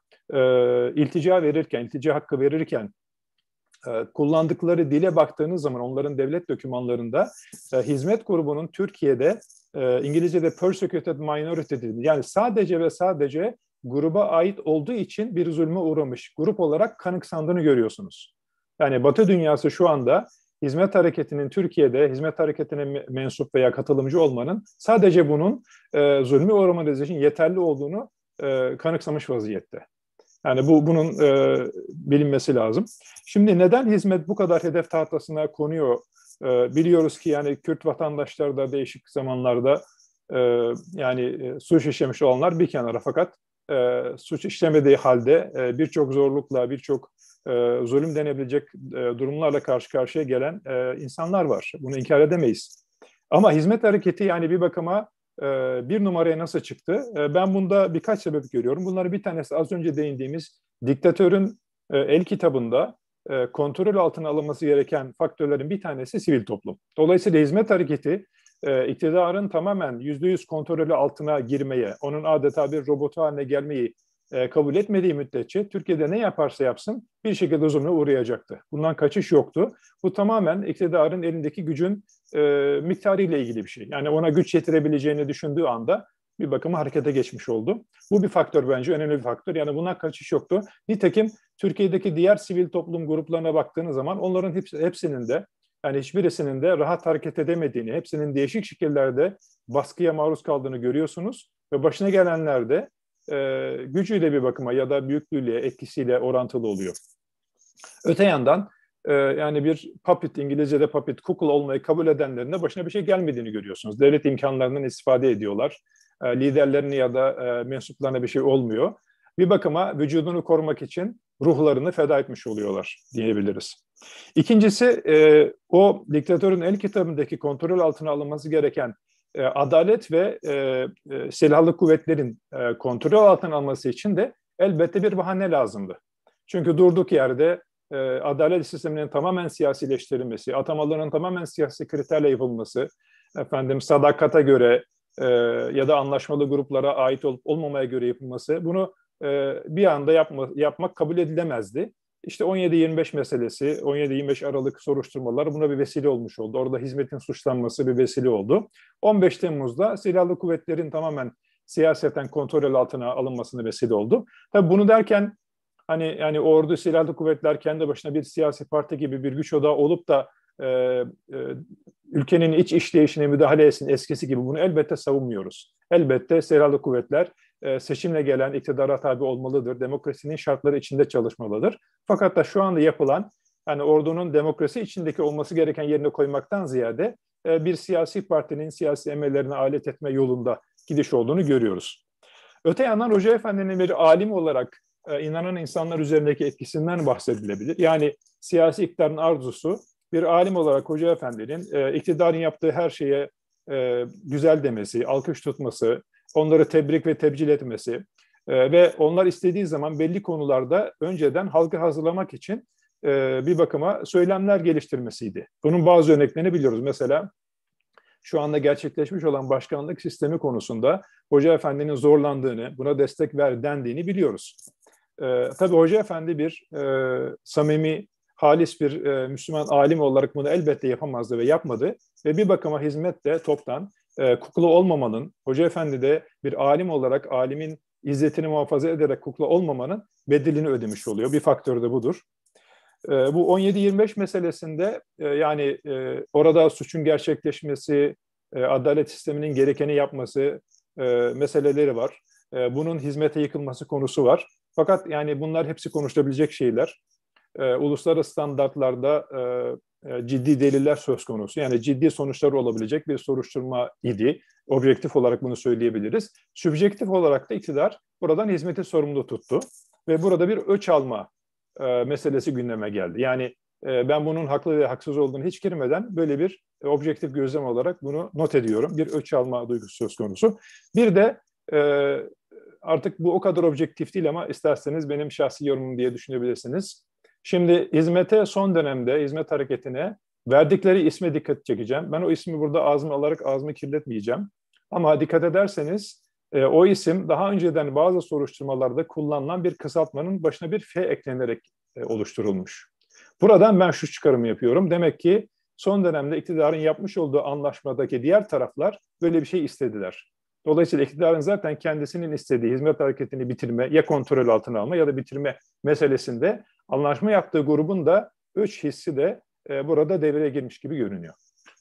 iltica verirken, iltica hakkı verirken kullandıkları dile baktığınız zaman onların devlet dokümanlarında hizmet grubunun Türkiye'de İngilizce'de persecuted minority dediğimiz yani sadece ve sadece gruba ait olduğu için bir zulme uğramış grup olarak kanıksandığını görüyorsunuz. Yani Batı dünyası şu anda hizmet hareketinin Türkiye'de hizmet hareketine mensup veya katılımcı olmanın sadece bunun zulme uğramanız için yeterli olduğunu kanıksamış vaziyette. Yani bunun bilinmesi lazım. Şimdi neden hizmet bu kadar hedef tahtasına konuyor? Biliyoruz ki yani Kürt vatandaşlar da değişik zamanlarda yani suç işlemiş olanlar bir kenara fakat suç işlemediği halde birçok zorlukla, birçok zulüm denebilecek durumlarla karşı karşıya gelen insanlar var. Bunu inkar edemeyiz. Ama hizmet hareketi yani bir bakıma bir numaraya nasıl çıktı? Ben bunda birkaç sebep görüyorum. Bunların bir tanesi az önce değindiğimiz diktatörün el kitabında kontrol altına alınması gereken faktörlerin bir tanesi sivil toplum. Dolayısıyla hizmet hareketi iktidarın tamamen %100 kontrolü altına girmeye, onun adeta bir robot haline gelmeyi kabul etmediği müddetçe Türkiye'de ne yaparsa yapsın bir şekilde zulme uğrayacaktı. Bundan kaçış yoktu. Bu tamamen iktidarın elindeki gücün miktarıyla ilgili bir şey. Yani ona güç yetirebileceğini düşündüğü anda bir bakıma harekete geçmiş oldu. Bu bir faktör bence, önemli bir faktör. Yani bundan kaçış yoktu. Nitekim Türkiye'deki diğer sivil toplum gruplarına baktığınız zaman onların hepsinin de yani hiçbirisinin de rahat hareket edemediğini, hepsinin değişik şekillerde baskıya maruz kaldığını görüyorsunuz ve başına gelenler de gücüyle bir bakıma ya da büyüklüğüyle, etkisiyle orantılı oluyor. Öte yandan yani bir puppet, İngilizce'de puppet, kukla olmayı kabul edenlerin de başına bir şey gelmediğini görüyorsunuz. Devlet imkanlarından istifade ediyorlar. Liderlerine ya da mensuplarına bir şey olmuyor. Bir bakıma vücudunu korumak için ruhlarını feda etmiş oluyorlar diyebiliriz. İkincisi o diktatörün el kitabındaki kontrol altına alınması gereken adalet ve silahlı kuvvetlerin kontrol altına alınması için de elbette bir bahane lazımdı. Çünkü durduk yerde adalet sisteminin tamamen siyasileştirilmesi, atamaların tamamen siyasi kriterle yapılması, sadakata göre ya da anlaşmalı gruplara ait olup olmamaya göre yapılması, bunu bir anda yapmak kabul edilemezdi. İşte 17-25 meselesi, 17-25 Aralık soruşturmaları buna bir vesile olmuş oldu. Orada hizmetin suçlanması bir vesile oldu. 15 Temmuz'da silahlı kuvvetlerin tamamen siyaseten kontrol altına alınmasına vesile oldu. Tabii bunu derken hani yani ordu, silahlı kuvvetler kendi başına bir siyasi parti gibi bir güç odağı olup da ülkenin iç işleyişine müdahale etsin eskisi gibi bunu elbette savunmuyoruz. Elbette silahlı kuvvetler seçimle gelen iktidara tabi olmalıdır. Demokrasinin şartları içinde çalışmalıdır. Fakat da şu anda yapılan yani ordunun demokrasi içindeki olması gereken yerine koymaktan ziyade bir siyasi partinin siyasi emellerine alet etme yolunda gidiş olduğunu görüyoruz. Öte yandan Hoca Efendi'nin bir alim olarak inanan insanlar üzerindeki etkisinden bahsedilebilir. Yani siyasi iktidarın arzusu bir alim olarak Hoca Efendi'nin iktidarın yaptığı her şeye güzel demesi, alkış tutması, onları tebrik ve tebcil etmesi ve onlar istediği zaman belli konularda önceden halkı hazırlamak için bir bakıma söylemler geliştirmesiydi. Bunun bazı örneklerini biliyoruz. Mesela şu anda gerçekleşmiş olan başkanlık sistemi konusunda Hoca Efendi'nin zorlandığını, buna destek dendiğini biliyoruz. Tabii Hoca Efendi bir samimi, halis bir Müslüman alim olarak bunu elbette yapamazdı ve yapmadı. Ve bir bakıma hizmet de toptan kukla olmamanın, Hoca Efendi de bir alim olarak alimin izzetini muhafaza ederek kukla olmamanın bedelini ödemiş oluyor. Bir faktör de budur. Bu 17-25 meselesinde yani orada suçun gerçekleşmesi, adalet sisteminin gerekeni yapması meseleleri var. Bunun hizmete yıkılması konusu var. Fakat yani bunlar hepsi konuşulabilecek şeyler. Uluslararası standartlarda ciddi deliller söz konusu. Yani ciddi sonuçları olabilecek bir soruşturma idi. Objektif olarak bunu söyleyebiliriz. Sübjektif olarak da iktidar buradan hizmeti sorumlu tuttu. Ve burada bir öç alma meselesi gündeme geldi. Yani ben bunun haklı ve haksız olduğunu hiç girmeden böyle bir objektif gözlem olarak bunu not ediyorum. Bir öç alma duygusu söz konusu. Bir de artık bu o kadar objektif değil ama isterseniz benim şahsi yorumum diye düşünebilirsiniz. Şimdi hizmete son dönemde, hizmet hareketine verdikleri isme dikkat çekeceğim. Ben o ismi burada ağzıma alarak ağzımı kirletmeyeceğim. Ama dikkat ederseniz o isim daha önceden bazı soruşturmalarda kullanılan bir kısaltmanın başına bir F eklenerek oluşturulmuş. Buradan ben şu çıkarımı yapıyorum. Demek ki son dönemde iktidarın yapmış olduğu anlaşmadaki diğer taraflar böyle bir şey istediler. Dolayısıyla iktidarın zaten kendisinin istediği hizmet hareketini bitirme, ya kontrol altına alma ya da bitirme meselesinde anlaşma yaptığı grubun da öç hissi de burada devreye girmiş gibi görünüyor.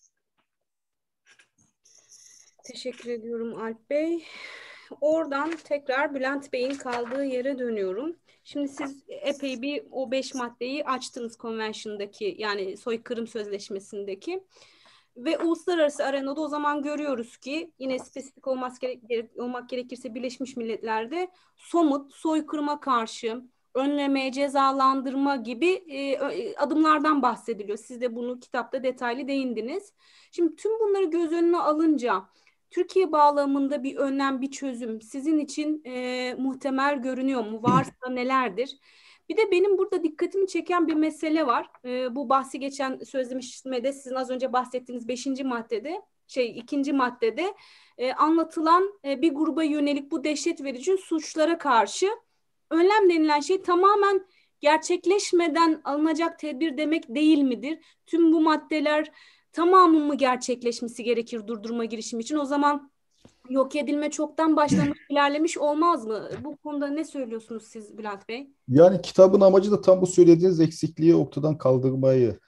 Teşekkür ediyorum Alp Bey. Oradan tekrar Bülent Bey'in kaldığı yere dönüyorum. Şimdi siz epey bir o 5 maddeyi açtınız konvensiyondaki, yani soykırım sözleşmesindeki. Ve uluslararası arenada o zaman görüyoruz ki yine spesifik olmak gerekirse Birleşmiş Milletler'de somut soykırıma karşı önleme, cezalandırma gibi adımlardan bahsediliyor. Siz de bunu kitapta detaylı değindiniz. Şimdi tüm bunları göz önüne alınca Türkiye bağlamında bir önlem, bir çözüm sizin için muhtemel görünüyor mu? Varsa nelerdir? Bir de benim burada dikkatimi çeken bir mesele var. Bu bahsi geçen sözleşmede sizin az önce bahsettiğiniz 5. maddede, 2. maddede anlatılan bir gruba yönelik bu dehşet verici suçlara karşı önlem denilen şey tamamen gerçekleşmeden alınacak tedbir demek değil midir? Tüm bu maddeler tamamı mı gerçekleşmesi gerekir durdurma girişimi için? O zaman yok edilme çoktan başlamış, ilerlemiş olmaz mı? Bu konuda ne söylüyorsunuz siz Bülent Bey? Yani kitabın amacı da tam bu söylediğiniz eksikliği ortadan kaldırmayı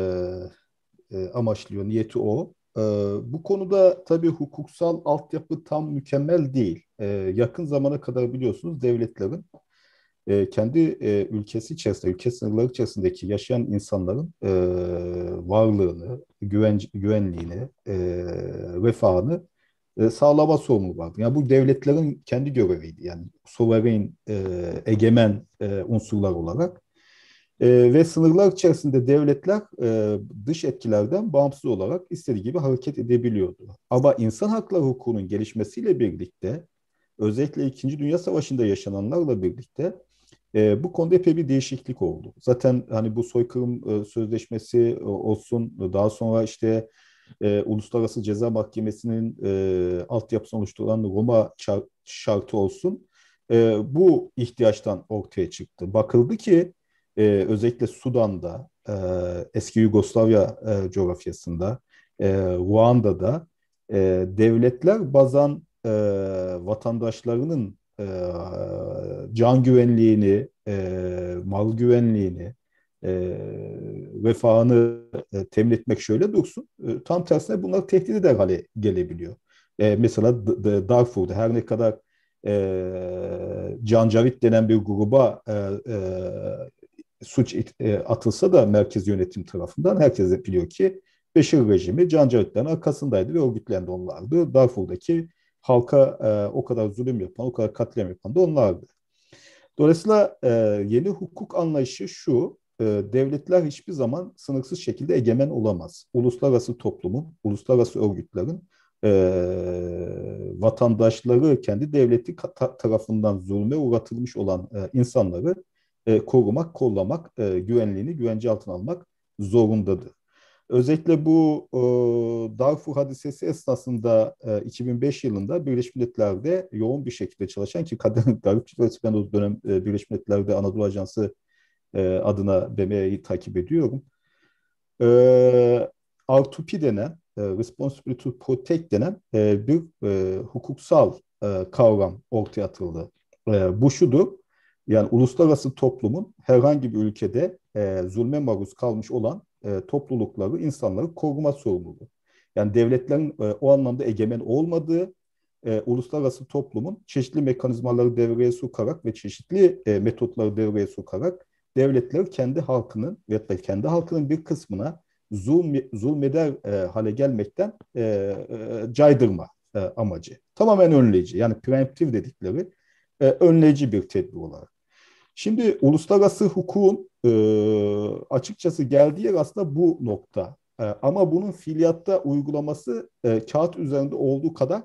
amaçlıyor. Niyeti o. Bu konuda tabii hukuksal altyapı tam mükemmel değil. Yakın zamana kadar biliyorsunuz devletlerin kendi ülkesi içerisinde, ülke sınırları içerisindeki yaşayan insanların varlığını, güvenliğini, refahını sağlama sorumluluğu vardı. Yani bu devletlerin kendi göreviydi. Yani suveren, egemen unsurlar olarak. Ve sınırlar içerisinde devletler dış etkilerden bağımsız olarak istediği gibi hareket edebiliyordu. Ama insan hakları hukukunun gelişmesiyle birlikte, özellikle İkinci Dünya Savaşı'nda yaşananlarla birlikte bu konuda epey bir değişiklik oldu. Zaten hani bu soykırım sözleşmesi olsun, daha sonra işte Uluslararası Ceza Mahkemesi'nin altyapısını oluşturan Roma şartı olsun, bu ihtiyaçtan ortaya çıktı. Bakıldı ki özellikle Sudan'da, eski Yugoslavya coğrafyasında, Ruanda'da devletler bazen vatandaşlarının can güvenliğini, mal güvenliğini, refahını temin etmek şöyle dursun. Tam tersine bunlar tehdit eder hale gelebiliyor. Mesela Darfur'da her ne kadar Cancavit denen bir gruba suç atılsa da merkez yönetim tarafından herkes de biliyor ki Beşir rejimi Cancavitlerin arkasındaydı ve örgütlendi onlardı. Darfur'daki halka o kadar zulüm yapan, o kadar katliam yapan da onlardı. Dolayısıyla yeni hukuk anlayışı şu, devletler hiçbir zaman sınırsız şekilde egemen olamaz. Uluslararası toplumun, uluslararası örgütlerin vatandaşları kendi devleti tarafından zulme uğratılmış olan insanları korumak, kollamak, güvenliğini güvence altına almak zorundadır. Özellikle bu Darfur hadisesi esnasında 2005 yılında Birleşmiş Milletler'de yoğun bir şekilde çalışan ki Garip ben o dönem Birleşmiş Milletler'de Anadolu Ajansı adına BM'yi takip ediyorum. R2P denen, Responsibility to Protect denen bir hukuksal kavram ortaya atıldı. Bu şudur, yani uluslararası toplumun herhangi bir ülkede zulme maruz kalmış olan toplulukları, insanları koruma sorumluluğu. Yani devletlerin o anlamda egemen olmadığı, uluslararası toplumun çeşitli mekanizmaları devreye sokarak ve çeşitli metotları devreye sokarak devletler kendi halkının ve kendi halkının bir kısmına zulmeder hale gelmekten caydırma amacı. Tamamen önleyici, yani preemptive dedikleri önleyici bir tedbir olarak. Şimdi uluslararası hukukun açıkçası geldiği yer aslında bu nokta. Ama bunun fiiliyatta uygulaması kağıt üzerinde olduğu kadar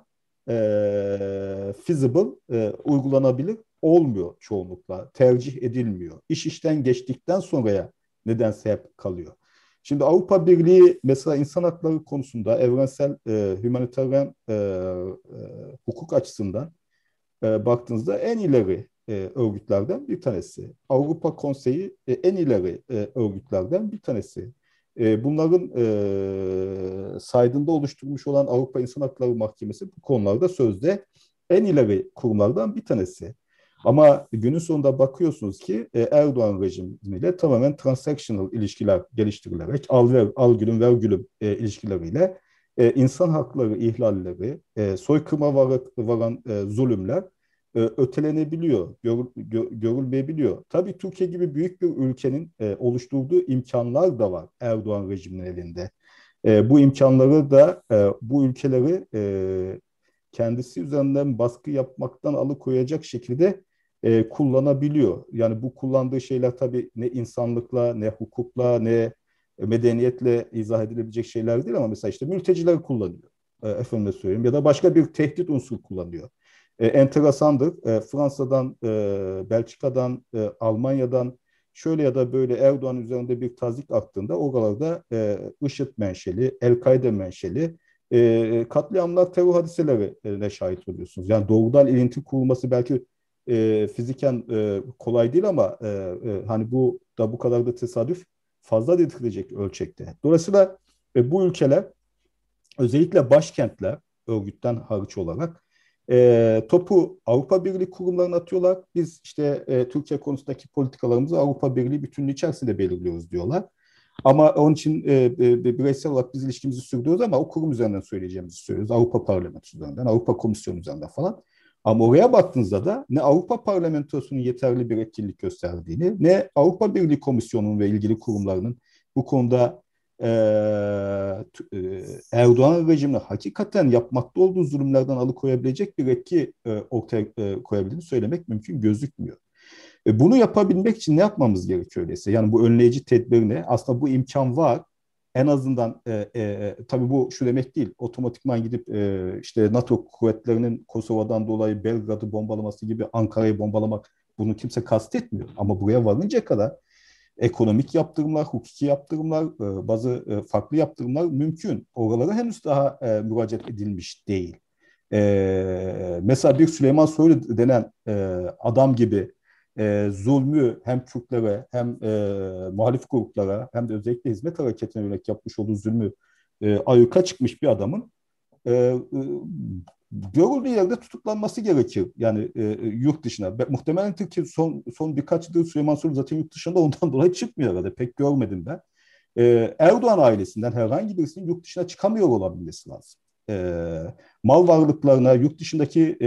feasible, uygulanabilir olmuyor çoğunlukla. Tercih edilmiyor. İş işten geçtikten sonraya nedense hep kalıyor. Şimdi Avrupa Birliği mesela insan hakları konusunda evrensel humanitarian hukuk açısından baktığınızda en ileri örgütlerden bir tanesi. Avrupa Konseyi en ileri örgütlerden bir tanesi. Bunların saydığında oluşturmuş olan Avrupa İnsan Hakları Mahkemesi bu konularda sözde en ileri kurumlardan bir tanesi. Ama günün sonunda bakıyorsunuz ki Erdoğan rejimiyle tamamen transactional ilişkiler geliştirilerek al gülüm ver gülüm ilişkileriyle insan hakları ihlalleri, soykırıma varan zulümler ötelenebiliyor, görülmeyebiliyor. Tabii Türkiye gibi büyük bir ülkenin oluşturduğu imkanlar da var Erdoğan rejiminin elinde. Bu imkanları da bu ülkeleri kendisi üzerinden baskı yapmaktan alıkoyacak şekilde kullanabiliyor. Yani bu kullandığı şeyler tabii ne insanlıkla, ne hukukla, ne medeniyetle izah edilebilecek şeyler değil ama mesela işte mülteciler kullanıyor. Efendime söyleyeyim ya da başka bir tehdit unsuru kullanıyor. Enteresandır. Fransa'dan, Belçika'dan, Almanya'dan şöyle ya da böyle Erdoğan üzerinde bir tazik aktığında oralarda IŞİD menşeli, El-Kaide menşeli katliamlar, terör hadiselerine şahit oluyorsunuz. Yani doğrudan ilinti kurulması belki fiziken kolay değil ama hani bu da bu kadar da tesadüf fazla dedirtecek ölçekte. Dolayısıyla bu ülkeler özellikle başkentler örgütten hariç olarak topu Avrupa Birliği kurumlarına atıyorlar. Biz işte Türkiye konusundaki politikalarımızı Avrupa Birliği bütünlüğü içerisinde belirliyoruz diyorlar. Ama onun için bireysel olarak biz ilişkimizi sürdürüyoruz ama o kurum üzerinden söyleyeceğimizi söylüyoruz. Avrupa Parlamentosu üzerinden, Avrupa Komisyonu üzerinden falan. Ama oraya baktığınızda da ne Avrupa Parlamentosu'nun yeterli bir etkinlik gösterdiğini, ne Avrupa Birliği Komisyonu'nun ve ilgili kurumlarının bu konuda Erdoğan rejimine hakikaten yapmakta olduğu zulümlerden alıkoyabilecek bir etki ortaya koyabildiğini söylemek mümkün gözükmüyor. Bunu yapabilmek için ne yapmamız gerekiyor öyleyse? Yani bu önleyici tedbir ne? Aslında bu imkan var. En azından tabii bu şu demek değil. Otomatikman gidip işte NATO kuvvetlerinin Kosova'dan dolayı Belgrad'ı bombalaması gibi Ankara'yı bombalamak bunu kimse kastetmiyor. Ama buraya varıncaya kadar ekonomik yaptırımlar, hukuki yaptırımlar, bazı farklı yaptırımlar mümkün. Oralara henüz daha müracaat edilmiş değil. Mesela bir Süleyman Soylu denen adam gibi zulmü hem Kürtlere hem muhalif gruplara hem de özellikle hizmet hareketine yönelik yapmış olduğu zulmü ayyuka çıkmış bir adamın görüldüğü yerde tutuklanması gerekir. Yani yurt dışına. Muhtemelen Türkiye son birkaç yıldır Süleyman Soylu zaten yurt dışında ondan dolayı çıkmıyor herhalde. Pek görmedim ben. Erdoğan ailesinden herhangi birisinin yurt dışına çıkamıyor olabilmesi lazım. Mal varlıklarına, yurt dışındaki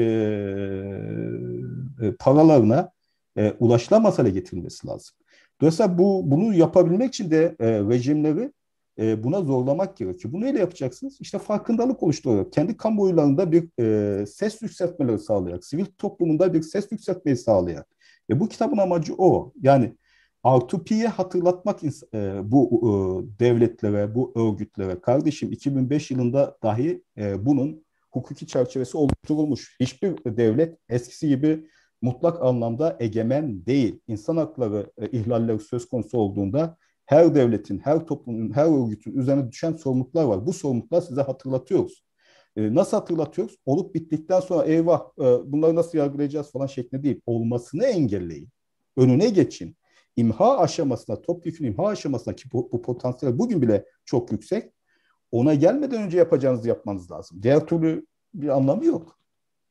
paralarına ulaşılamaz hale getirilmesi lazım. Dolayısıyla bunu yapabilmek için de rejimleri buna zorlamak gerekiyor. Bunu neyle yapacaksınız? İşte farkındalık oluşturarak, kendi kamuoylarında bir ses yükseltmeleri sağlayarak, sivil toplumunda bir ses yükseltmeyi sağlayarak. Bu kitabın amacı o. Yani R2P'ye hatırlatmak bu devletlere, bu örgütlere, kardeşim 2005 yılında dahi bunun hukuki çerçevesi oluşturulmuş. Hiçbir devlet eskisi gibi mutlak anlamda egemen değil. İnsan hakları ihlalleri söz konusu olduğunda her devletin, her toplumun, her örgütün üzerine düşen sorumluluklar var. Bu sorumluluklar size hatırlatıyoruz. Nasıl hatırlatıyoruz? Olup bittikten sonra eyvah bunları nasıl yargılayacağız falan şeklinde değil. Olmasını engelleyin. Önüne geçin. İmha aşamasına, topyekun imha aşamasına ki bu potansiyel bugün bile çok yüksek. Ona gelmeden önce yapacağınızı yapmanız lazım. Diğer türlü bir anlamı yok.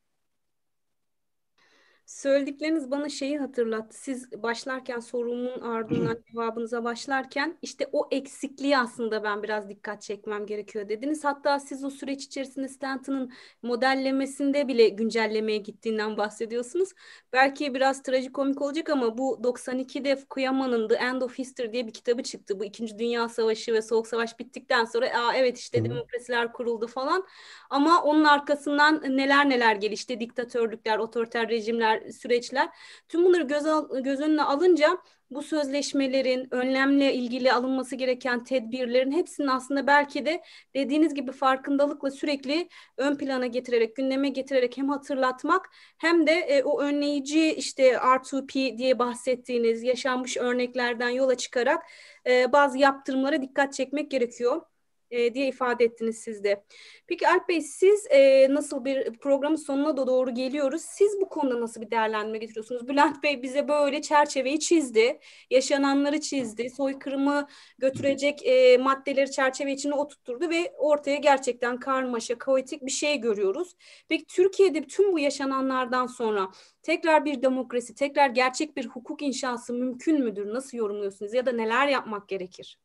Söyledikleriniz bana şeyi hatırlattı. Siz başlarken sorumun ardından cevabınıza başlarken işte o eksikliği aslında ben biraz dikkat çekmem gerekiyor dediniz. Hatta siz o süreç içerisinde Stanton'ın modellemesinde bile güncellemeye gittiğinden bahsediyorsunuz. Belki biraz trajikomik olacak ama bu 92'de Fukuyama'nın The End of History diye bir kitabı çıktı. Bu İkinci Dünya Savaşı ve Soğuk Savaş bittikten sonra evet işte Hı. demokrasiler kuruldu falan. Ama onun arkasından neler neler gelişti, diktatörlükler, otoriter rejimler, süreçler. Tüm bunları göz önüne alınca bu sözleşmelerin, önlemle ilgili alınması gereken tedbirlerin hepsinin aslında belki de dediğiniz gibi farkındalıkla sürekli ön plana getirerek, gündeme getirerek hem hatırlatmak hem de o önleyici işte R2P diye bahsettiğiniz yaşanmış örneklerden yola çıkarak bazı yaptırımlara dikkat çekmek gerekiyor diye ifade ettiniz siz de. Peki Alp Bey siz nasıl bir programın sonuna da doğru geliyoruz. Siz bu konuda nasıl bir değerlendirme getiriyorsunuz? Bülent Bey bize böyle çerçeveyi çizdi. Yaşananları çizdi. Soykırımı götürecek maddeleri çerçeve içine oturtturdu ve ortaya gerçekten karmaşa, kaotik bir şey görüyoruz. Peki Türkiye'de tüm bu yaşananlardan sonra tekrar bir demokrasi, tekrar gerçek bir hukuk inşası mümkün müdür? Nasıl yorumluyorsunuz? Ya da neler yapmak gerekir?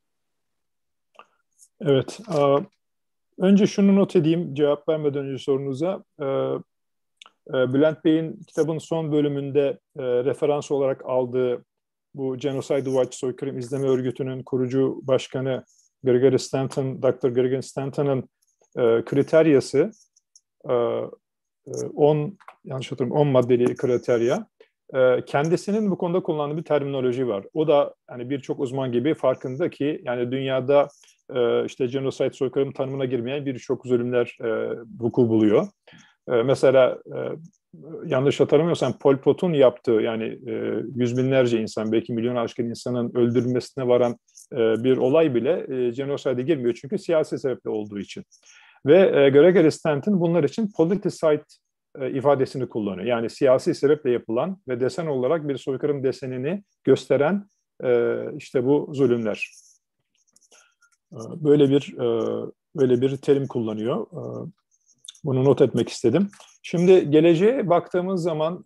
Evet. Önce şunu not edeyim cevap vermeden önce sorunuza. Bülent Bey'in kitabın son bölümünde referans olarak aldığı bu Genocide Watch Soykırım İzleme Örgütü'nün kurucu başkanı Gregory Stanton, Dr. Gregory Stanton'ın kriteryası 10 yanlış hatırlamıyorum 10 maddeli kriterya. Kendisinin bu konuda kullandığı bir terminoloji var. O da yani birçok uzman gibi farkında ki yani dünyada işte genocide soykırım tanımına girmeyen birçok zulümler vuku buluyor. Mesela yanlış hatırlamıyorsam Pol Pot'un yaptığı yani yüz binlerce insan belki milyon aşkın insanın öldürülmesine varan bir olay bile genocide'e girmiyor çünkü siyasi sebeple olduğu için. Ve Gregory Stanton bunlar için politicide ifadesini kullanıyor. Yani siyasi sebeple yapılan ve desen olarak bir soykırım desenini gösteren işte bu zulümler. Böyle bir terim kullanıyor. Bunu not etmek istedim. Şimdi geleceğe baktığımız zaman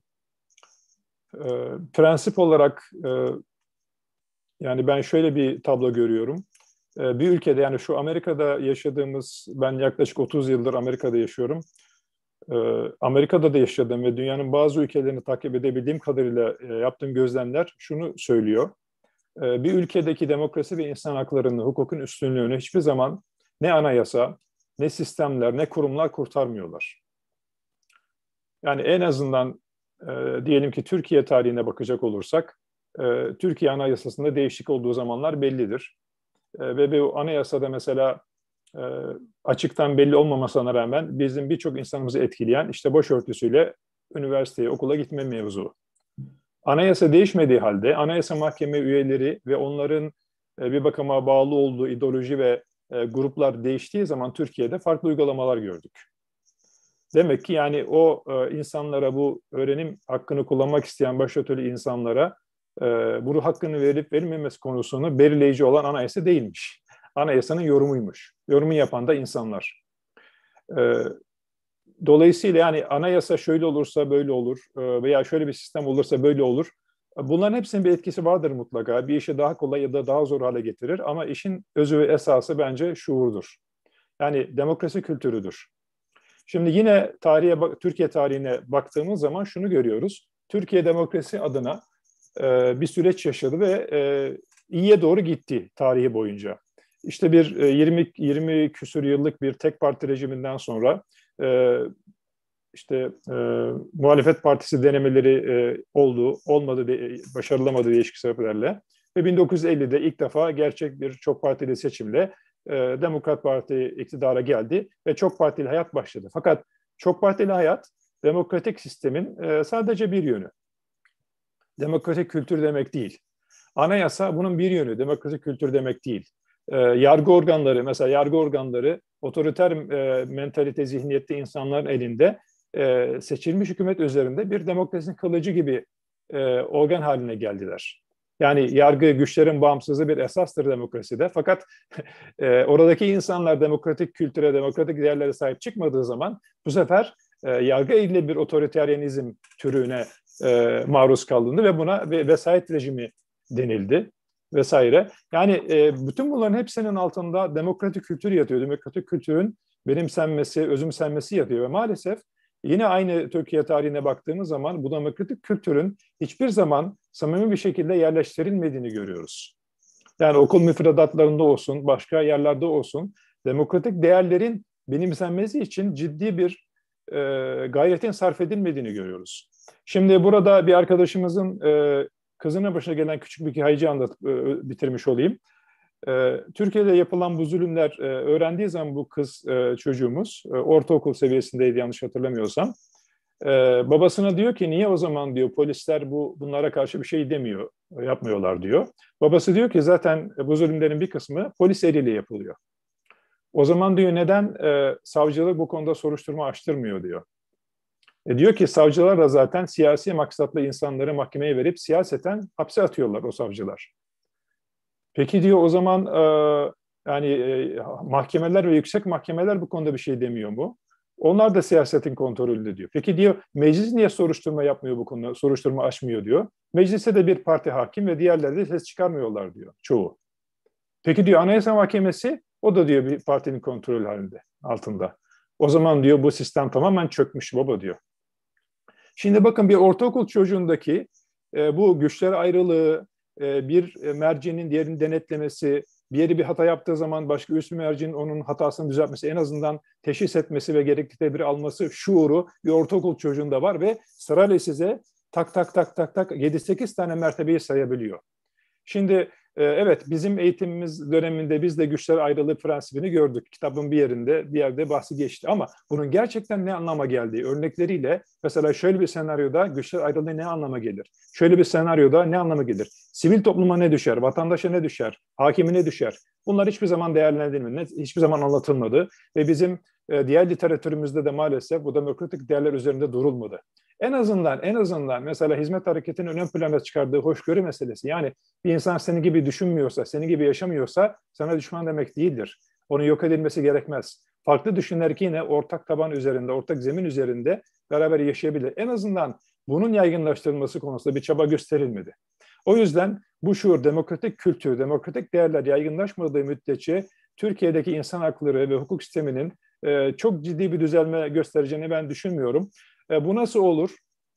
prensip olarak yani ben şöyle bir tablo görüyorum. Bir ülkede yani şu Amerika'da yaşadığımız, ben yaklaşık 30 yıldır Amerika'da yaşıyorum. Amerika'da da yaşadım ve dünyanın bazı ülkelerini takip edebildiğim kadarıyla yaptığım gözlemler şunu söylüyor. Bir ülkedeki demokrasi ve insan haklarını, hukukun üstünlüğünü hiçbir zaman ne anayasa, ne sistemler, ne kurumlar kurtarmıyorlar. Yani en azından diyelim ki Türkiye tarihine bakacak olursak, Türkiye Anayasası'nda değişiklik olduğu zamanlar bellidir. Ve bu anayasada mesela açıktan belli olmamasına rağmen bizim birçok insanımızı etkileyen işte başörtüsüyle üniversiteye, okula gitme mevzu. Anayasa değişmediği halde Anayasa Mahkeme üyeleri ve onların bir bakıma bağlı olduğu ideoloji ve gruplar değiştiği zaman Türkiye'de farklı uygulamalar gördük. Demek ki yani o insanlara bu öğrenim hakkını kullanmak isteyen başörtülü insanlara bunu hakkını verip verilmemesi konusunu belirleyici olan anayasa değilmiş. Anayasanın yorumuymuş. Yorumu yapan da insanlar. Dolayısıyla yani anayasa şöyle olursa böyle olur veya şöyle bir sistem olursa böyle olur. Bunların hepsinin bir etkisi vardır mutlaka. Bir işi daha kolay ya da daha zor hale getirir ama işin özü ve esası bence şuurdur. Yani demokrasi kültürüdür. Şimdi yine Türkiye tarihine baktığımız zaman şunu görüyoruz. Türkiye demokrasi adına bir süreç yaşadı ve iyiye doğru gitti tarihi boyunca. İşte bir 20 küsur yıllık bir tek parti rejiminden sonra işte muhalefet partisi denemeleri oldu, olmadı, başarılamadı değişik sebeplerle. Ve 1950'de ilk defa gerçek bir çok partili seçimle Demokrat Parti iktidara geldi ve çok partili hayat başladı. Fakat çok partili hayat demokratik sistemin sadece bir yönü. Demokratik kültür demek değil. Anayasa bunun bir yönü, demokratik kültür demek değil. Yargı organları, mesela yargı organları otoriter mentalite, zihniyette insanların elinde seçilmiş hükümet üzerinde bir demokrasinin kılıcı gibi organ haline geldiler. Yani yargı güçlerin bağımsızlığı bir esastır demokraside. Fakat oradaki insanlar demokratik kültüre, demokratik değerlere sahip çıkmadığı zaman bu sefer yargı ile bir otoriteryenizm türüne maruz kalındı ve buna vesayet rejimi denildi vesaire. Yani bütün bunların hepsinin altında demokratik kültür yatıyor. Demokratik kültürün benimsenmesi, özümsenmesi yatıyor ve maalesef yine aynı Türkiye tarihine baktığımız zaman bu demokratik kültürün hiçbir zaman samimi bir şekilde yerleştirilmediğini görüyoruz. Yani okul müfredatlarında olsun, başka yerlerde olsun demokratik değerlerin benimsenmesi için ciddi bir gayretin sarf edilmediğini görüyoruz. Şimdi burada bir arkadaşımızın kızının başına gelen küçük bir hikayeyi anlatıp bitirmiş olayım. Türkiye'de yapılan bu zulümler öğrendiği zaman bu kız çocuğumuz ortaokul seviyesindeydi yanlış hatırlamıyorsam. Babasına diyor ki niye o zaman diyor polisler bunlara karşı bir şey demiyor, yapmıyorlar diyor. Babası diyor ki zaten bu zulümlerin bir kısmı polis eliyle yapılıyor. O zaman diyor neden savcılık bu konuda soruşturma açtırmıyor diyor. Diyor ki savcılar da zaten siyasi maksatlı insanları mahkemeye verip siyaseten hapse atıyorlar o savcılar. Peki diyor o zaman mahkemeler ve yüksek mahkemeler bu konuda bir şey demiyor mu? Onlar da siyasetin kontrolünde diyor. Peki diyor meclis niye soruşturma yapmıyor bu konuda, soruşturma açmıyor diyor. Meclise de bir parti hakim ve diğerleri de ses çıkarmıyorlar diyor çoğu. Peki diyor Anayasa Mahkemesi o da diyor bir partinin kontrol halinde altında. O zaman diyor bu sistem tamamen çökmüş baba diyor. Şimdi bakın bir ortaokul çocuğundaki bu güçler ayrılığı, bir mercinin diğerini denetlemesi, bir yeri bir hata yaptığı zaman başka üst bir mercinin onun hatasını düzeltmesi, en azından teşhis etmesi ve gerekli tedbiri alması şuuru bir ortaokul çocuğunda var ve sırayla size tak tak tak tak tak 7-8 tane mertebeyi sayabiliyor. Şimdi evet bizim eğitimimiz döneminde biz de güçler ayrılığı prensibini gördük. Kitabın bir yerde bahsi geçti ama bunun gerçekten ne anlama geldiği örnekleriyle mesela şöyle bir senaryoda güçler ayrılığı ne anlama gelir? Şöyle bir senaryoda ne anlama gelir? Sivil topluma ne düşer? Vatandaşa ne düşer? Hakime ne düşer? Bunlar hiçbir zaman değerlendirilmedi, hiçbir zaman anlatılmadı ve bizim diğer literatürümüzde de maalesef bu demokratik değerler üzerinde durulmadı. En azından mesela hizmet hareketinin ön plana çıkardığı hoşgörü meselesi. Yani bir insan senin gibi düşünmüyorsa, senin gibi yaşamıyorsa sana düşman demek değildir. Onun yok edilmesi gerekmez. Farklı düşünenler ki yine ortak taban üzerinde, ortak zemin üzerinde beraber yaşayabilir. En azından bunun yaygınlaştırılması konusunda bir çaba gösterilmedi. O yüzden bu şuur, demokratik kültür, demokratik değerler yaygınlaşmadığı müddetçe Türkiye'deki insan hakları ve hukuk sisteminin çok ciddi bir düzelme göstereceğini ben düşünmüyorum. Bu nasıl olur?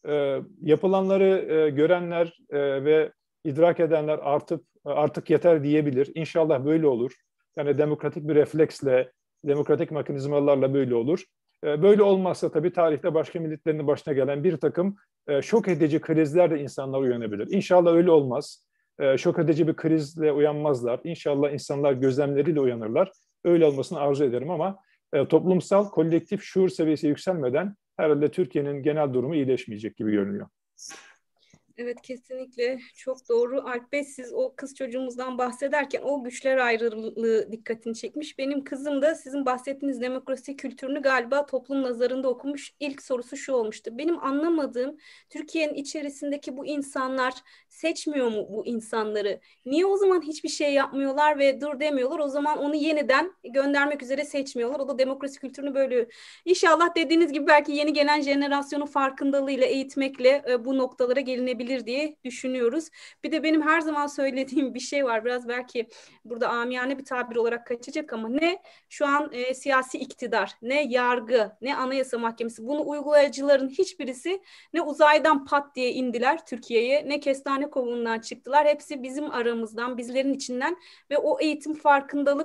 Yapılanları görenler ve idrak edenler artık yeter diyebilir. İnşallah böyle olur. Yani demokratik bir refleksle, demokratik mekanizmalarla böyle olur. Böyle olmazsa tabii tarihte başka milletlerin başına gelen bir takım şok edici krizlerle insanlar uyanabilir. İnşallah öyle olmaz. Şok edici bir krizle uyanmazlar. İnşallah insanlar gözlemleriyle uyanırlar. Öyle olmasını arzu ederim ama toplumsal, kolektif şuur seviyesi yükselmeden herhalde Türkiye'nin genel durumu iyileşmeyecek gibi görünüyor. Evet, kesinlikle çok doğru. Alp Bey, siz o kız çocuğumuzdan bahsederken o güçler ayrılığı dikkatini çekmiş. Benim kızım da sizin bahsettiğiniz demokrasi kültürünü galiba toplum nazarında okumuş. İlk sorusu şu olmuştu: benim anlamadığım, Türkiye'nin içerisindeki bu insanlar seçmiyor mu bu insanları? Niye o zaman hiçbir şey yapmıyorlar ve dur demiyorlar? O zaman onu yeniden göndermek üzere seçmiyorlar. O da demokrasi kültürünü böyle. İnşallah dediğiniz gibi belki yeni gelen jenerasyonun farkındalığıyla, eğitmekle bu noktalara gelinebilir diye düşünüyoruz. Bir de benim her zaman söylediğim bir şey var. Biraz belki burada amiyane bir tabir olarak kaçacak ama ne şu an siyasi iktidar, ne yargı, ne Anayasa Mahkemesi, bunu uygulayıcıların hiçbirisi ne uzaydan pat diye indiler Türkiye'ye, ne kestane kovuğundan çıktılar. Hepsi bizim aramızdan, bizlerin içinden ve o eğitim, farkındalık,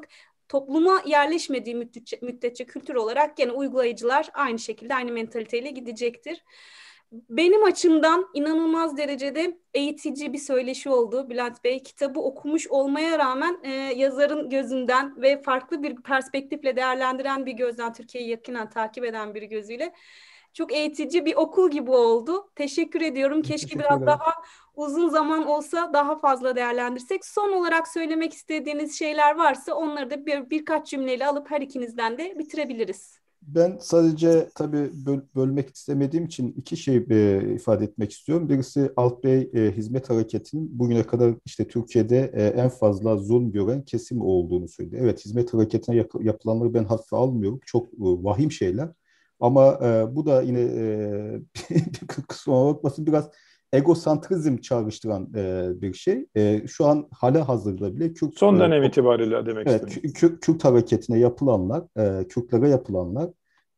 topluma yerleşmediği müddetçe kültür olarak gene uygulayıcılar aynı şekilde aynı mentaliteyle gidecektir. Benim açımdan inanılmaz derecede eğitici bir söyleşi oldu Bülent Bey. Kitabı okumuş olmaya rağmen yazarın gözünden ve farklı bir perspektifle değerlendiren bir gözden, Türkiye'yi yakinen takip eden bir gözüyle çok eğitici bir okul gibi oldu. Teşekkür ediyorum. Keşke Teşekkür biraz ederim. daha uzun zaman olsa daha fazla değerlendirsek. Son olarak söylemek istediğiniz şeyler varsa onları da birkaç cümleyle alıp her ikinizden de bitirebiliriz. Ben sadece tabii bölmek istemediğim için iki şey ifade etmek istiyorum. Birisi Alp Bey hizmet hareketinin bugüne kadar işte Türkiye'de en fazla zulm gören kesim olduğunu söyledi. Evet, hizmet hareketine yapılanları ben hafife almıyorum. Çok vahim şeyler. Ama bu da yine kusura bakmasın biraz egosantrizm çağrıştıran bir şey. Şu an hala hazırda bile Kürt Son dönem itibariyle demek evet, istedim. Kürt hareketine yapılanlar, Kürtlere yapılanlar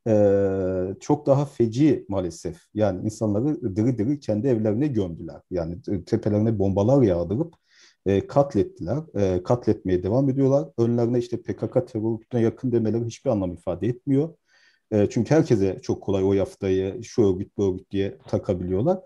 çok daha feci maalesef. Yani insanları diri diri kendi evlerine gömdüler. Yani tepelerine bombalar yağdırıp katlettiler. Katletmeye devam ediyorlar. Önlerine işte PKK terör örgütüne yakın demeleri hiçbir anlam ifade etmiyor. Çünkü herkese çok kolay o yaftayı şu örgüt bu örgüt diye takabiliyorlar.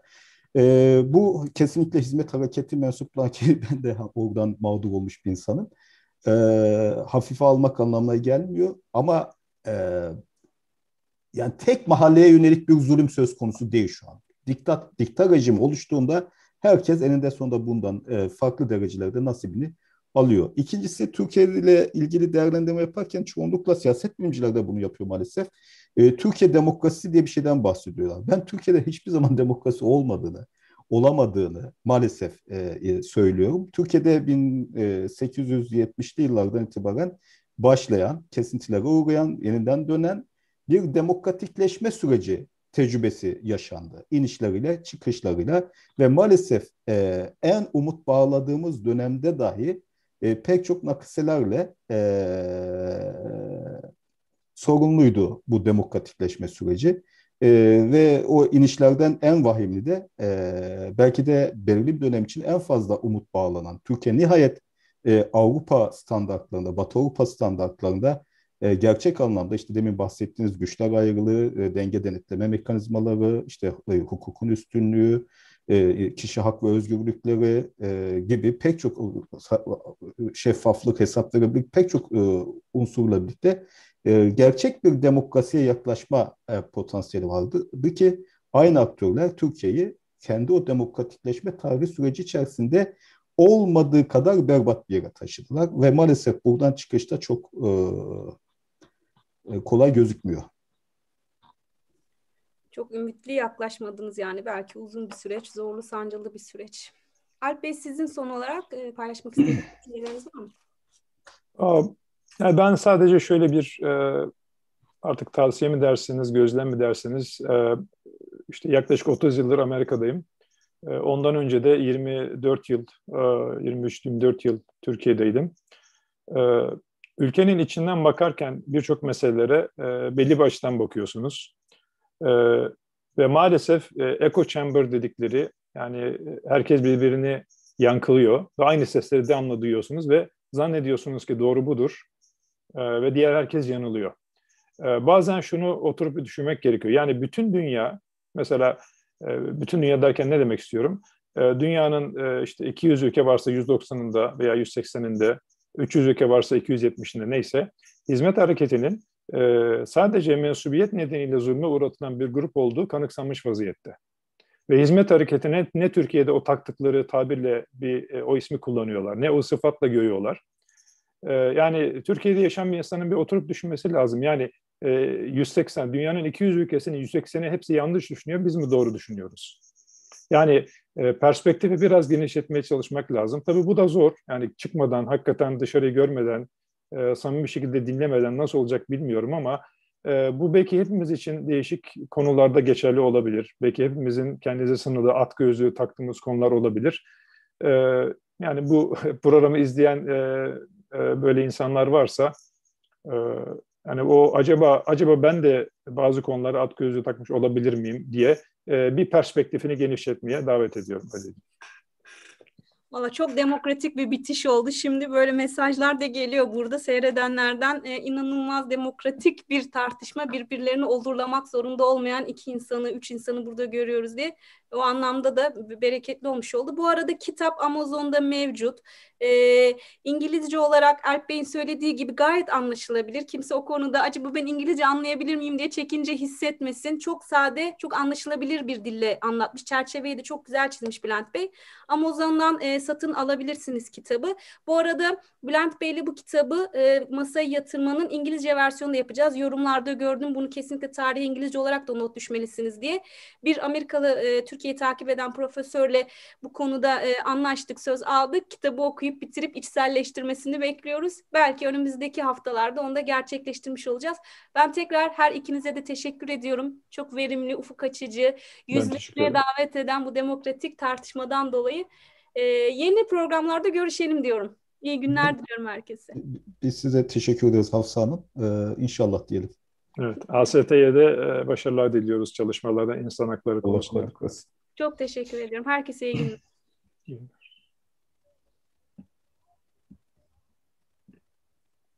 Bu kesinlikle hizmet hareketi mensupları ki ben de oradan mağdur olmuş bir insanım. E, Hafife almak anlamına gelmiyor ama e, yani tek mahalleye yönelik bir zulüm söz konusu değil şu an. Diktat rejimi oluştuğunda herkes eninde sonunda bundan farklı derecelerde nasibini alıyor. İkincisi, Türkiye ile ilgili değerlendirme yaparken çoğunlukla siyaset bilimciler de bunu yapıyor maalesef. Türkiye demokrasi diye bir şeyden bahsediyorlar. Ben Türkiye'de hiçbir zaman demokrasi olamadığını maalesef söylüyorum. Türkiye'de 1870'li yıllardan itibaren başlayan, kesintilere uğrayan, yeniden dönen bir demokratikleşme süreci tecrübesi yaşandı. İnişleriyle, çıkışlarıyla ve maalesef en umut bağladığımız dönemde dahi pek çok nakiselerle sorumluydu bu demokratikleşme süreci. Ve o inişlerden en vahimli de belki de belirli bir dönem için en fazla umut bağlanan Türkiye nihayet Avrupa standartlarında, Batı Avrupa standartlarında gerçek anlamda işte demin bahsettiğiniz güçler ayrılığı, denge denetleme mekanizmaları, işte hukukun üstünlüğü, kişi hak ve özgürlükleri gibi pek çok şeffaflık, hesap verebilirlik pek çok unsurla birlikte gerçek bir demokrasiye yaklaşma potansiyeli vardı ki aynı aktörler Türkiye'yi kendi o demokratikleşme tarihi süreci içerisinde olmadığı kadar berbat bir yere taşıdılar ve maalesef buradan çıkışta çok kolay gözükmüyor. Çok ümitli yaklaşmadınız yani. Belki uzun bir süreç, zorlu, sancılı bir süreç. Alp Bey, sizin son olarak paylaşmak istediğiniz şeyleriniz var mı? Yani ben sadece şöyle bir artık tavsiye mi dersiniz, gözlem mi dersiniz? İşte yaklaşık 30 yıldır Amerika'dayım. Ondan önce de 24 yıl, 23-24 yıl Türkiye'deydim. Ülkenin içinden bakarken birçok meselelere belli baştan bakıyorsunuz. Ve maalesef echo chamber dedikleri, yani herkes birbirini yankılıyor ve aynı sesleri devamlı duyuyorsunuz ve zannediyorsunuz ki doğru budur ve diğer herkes yanılıyor. Bazen şunu oturup bir düşünmek gerekiyor. Yani bütün dünya, mesela bütün dünya derken ne demek istiyorum? Dünyanın işte 200 ülke varsa 190'ında veya 180'inde, 300 ülke varsa 270'inde neyse, hizmet hareketinin sadece mensubiyet nedeniyle zulme uğratılan bir grup olduğu kanıksanmış vaziyette. Ve hizmet hareketine ne Türkiye'de o taktıkları tabirle o ismi kullanıyorlar, ne o sıfatla görüyorlar. Yani Türkiye'de yaşayan bir insanın bir oturup düşünmesi lazım. Yani 180, dünyanın 200 ülkesinin 180'i hepsi yanlış düşünüyor, biz mi doğru düşünüyoruz? Yani perspektifi biraz genişletmeye çalışmak lazım. Tabii bu da zor. Yani çıkmadan, hakikaten dışarıyı görmeden, samimi bir şekilde dinlemeden nasıl olacak bilmiyorum ama bu belki hepimiz için değişik konularda geçerli olabilir. Belki hepimizin kendimize sınırlı at gözlüğü taktığımız konular olabilir. Yani bu programı izleyen böyle insanlar varsa yani o acaba ben de bazı konulara at gözlüğü takmış olabilir miyim diye bir perspektifini genişletmeye davet ediyorum. Valla çok demokratik bir bitiş oldu. Şimdi böyle mesajlar da geliyor burada seyredenlerden. İnanılmaz demokratik bir tartışma. Birbirlerini olurlamak zorunda olmayan iki insanı, üç insanı burada görüyoruz diye. O anlamda da bereketli olmuş oldu. Bu arada kitap Amazon'da mevcut. İngilizce olarak Alp Bey'in söylediği gibi gayet anlaşılabilir. Kimse o konuda acaba ben İngilizce anlayabilir miyim diye çekince hissetmesin. Çok sade, çok anlaşılabilir bir dille anlatmış. Çerçeveyi de çok güzel çizmiş Bülent Bey. Amazon'dan satın alabilirsiniz kitabı. Bu arada Bülent Bey'le bu kitabı masaya yatırmanın İngilizce versiyonu da yapacağız. Yorumlarda gördüm bunu, kesinlikle tarihi İngilizce olarak da not düşmelisiniz diye. Bir Amerikalı Türkiye'yi takip eden profesörle bu konuda anlaştık, söz aldık. Kitabı okuyup bitirip içselleştirmesini bekliyoruz. Belki önümüzdeki haftalarda onu da gerçekleştirmiş olacağız. Ben tekrar her ikinize de teşekkür ediyorum. Çok verimli, ufuk açıcı, yüzleşmeye davet eden bu demokratik tartışmadan dolayı. Yeni programlarda görüşelim diyorum. İyi günler diliyorum herkese. Biz size teşekkür ederiz Hafsa Hanım. İnşallah diyelim. Evet, AST'ye de başarılar diliyoruz çalışmalarda insan hakları konusunda. Çok teşekkür ediyorum. Herkese iyi günler. İyi günler.